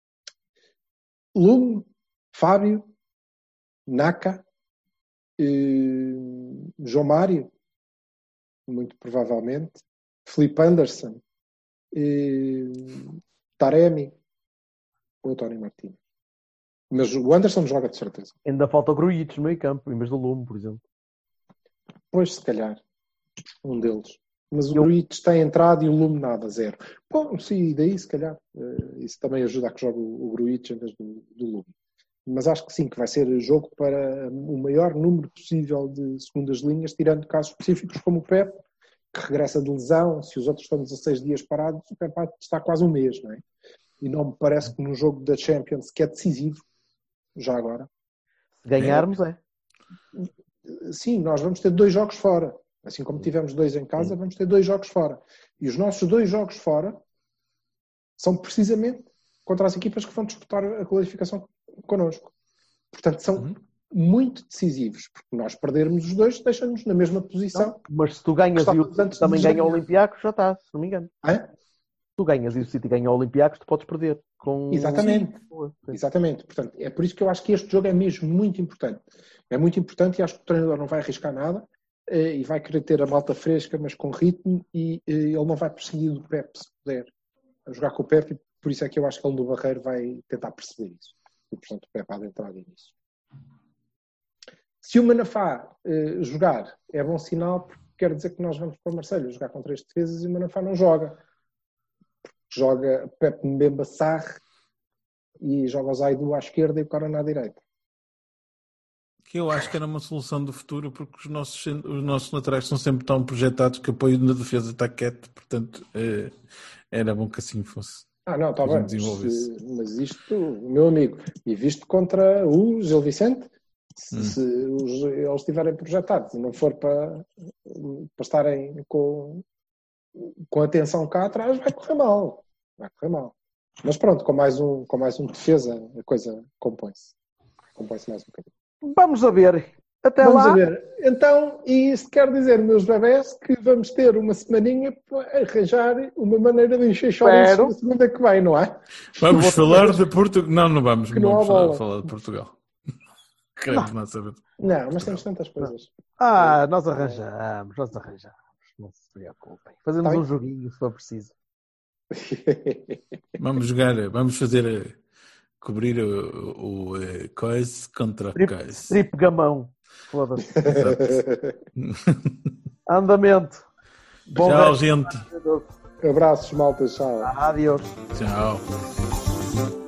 Lume, Fábio, Naka, e João Mário, muito provavelmente, Felipe Anderson, e Taremi ou Tony Martins. Mas o Anderson joga de certeza. Ainda falta o Grujic no meio campo, em vez do Lume, por exemplo. Pois, se calhar, um deles. Mas o Eu... Grujic tem entrado e o Lume nada, zero. Bom, sim, daí se calhar. Isso também ajuda a que jogue o Grujic em vez do, do Lume. Mas acho que sim, que vai ser jogo para o maior número possível de segundas linhas, tirando casos específicos como o Pepe, que regressa de lesão. Se os outros estão dezasseis dias parados, o Pepe está quase um mês, não é? E não me parece que num jogo da Champions, que é decisivo, já agora. Se ganharmos, é. Sim, nós vamos ter dois jogos fora. Assim como tivemos dois em casa, vamos ter dois jogos fora. E os nossos dois jogos fora são precisamente contra as equipas que vão disputar a qualificação connosco. Portanto, são uhum. muito decisivos, porque nós perdermos os dois deixa-nos na mesma posição. Não, mas se tu ganhas e o City também ganha o Olympiacos, já está, se não me engano. É? Se tu ganhas e o City ganha o Olympiacos, tu podes perder. Com... Exatamente. Sim. Exatamente. Portanto, é por isso que eu acho que este jogo é mesmo muito importante. É muito importante e acho que o treinador não vai arriscar nada e vai querer ter a malta fresca, mas com ritmo, e ele não vai perseguir o Pepe, se puder, a jogar com o Pepe. Por isso é que eu acho que ele do Barreiro vai tentar perceber isso. E, portanto, o Pepe há de entrar nisso. Se o Manafá uh, jogar, é bom sinal, porque quer dizer que nós vamos para Marselha jogar com três defesas e o Manafá não joga. Porque joga Pepe Mbemba Sarr e joga o Zaidu à esquerda e o Corona à direita. Que eu acho que era uma solução do futuro, porque os nossos, os nossos laterais são sempre tão projetados que apoio na defesa está quieto, portanto uh, era bom que assim fosse. Ah, não, está bem, mas, mas isto, meu amigo, e visto contra o Gil Vicente, se, hum. se os, eles estiverem projetados e não for para, para estarem com, com atenção cá atrás, vai correr mal. Vai correr mal. Mas pronto, com mais um, com mais um defesa, a coisa compõe-se. Compõe-se mais um bocadinho. Vamos a ver. Até vamos lá. A ver. Então, e isso quer dizer, meus bebés, que vamos ter uma semaninha para arranjar uma maneira de encher chouriços na segunda que vem, não é? Vamos falar de Portugal. Não, não vamos. Que não não vamos falar de Portugal. Não. Não, saber. Não, mas temos tantas coisas. Ah, nós arranjamos, nós arranjamos. Não se preocupem. Fazemos tá um joguinho, se for preciso. Vamos jogar, vamos fazer, cobrir o, o, o coisa contra Trip, coisa. Trip gamão. Foda-se. Andamento. Bom Tchau, resto. Gente. Abraços, malta. Tchau. Adeus. Tchau.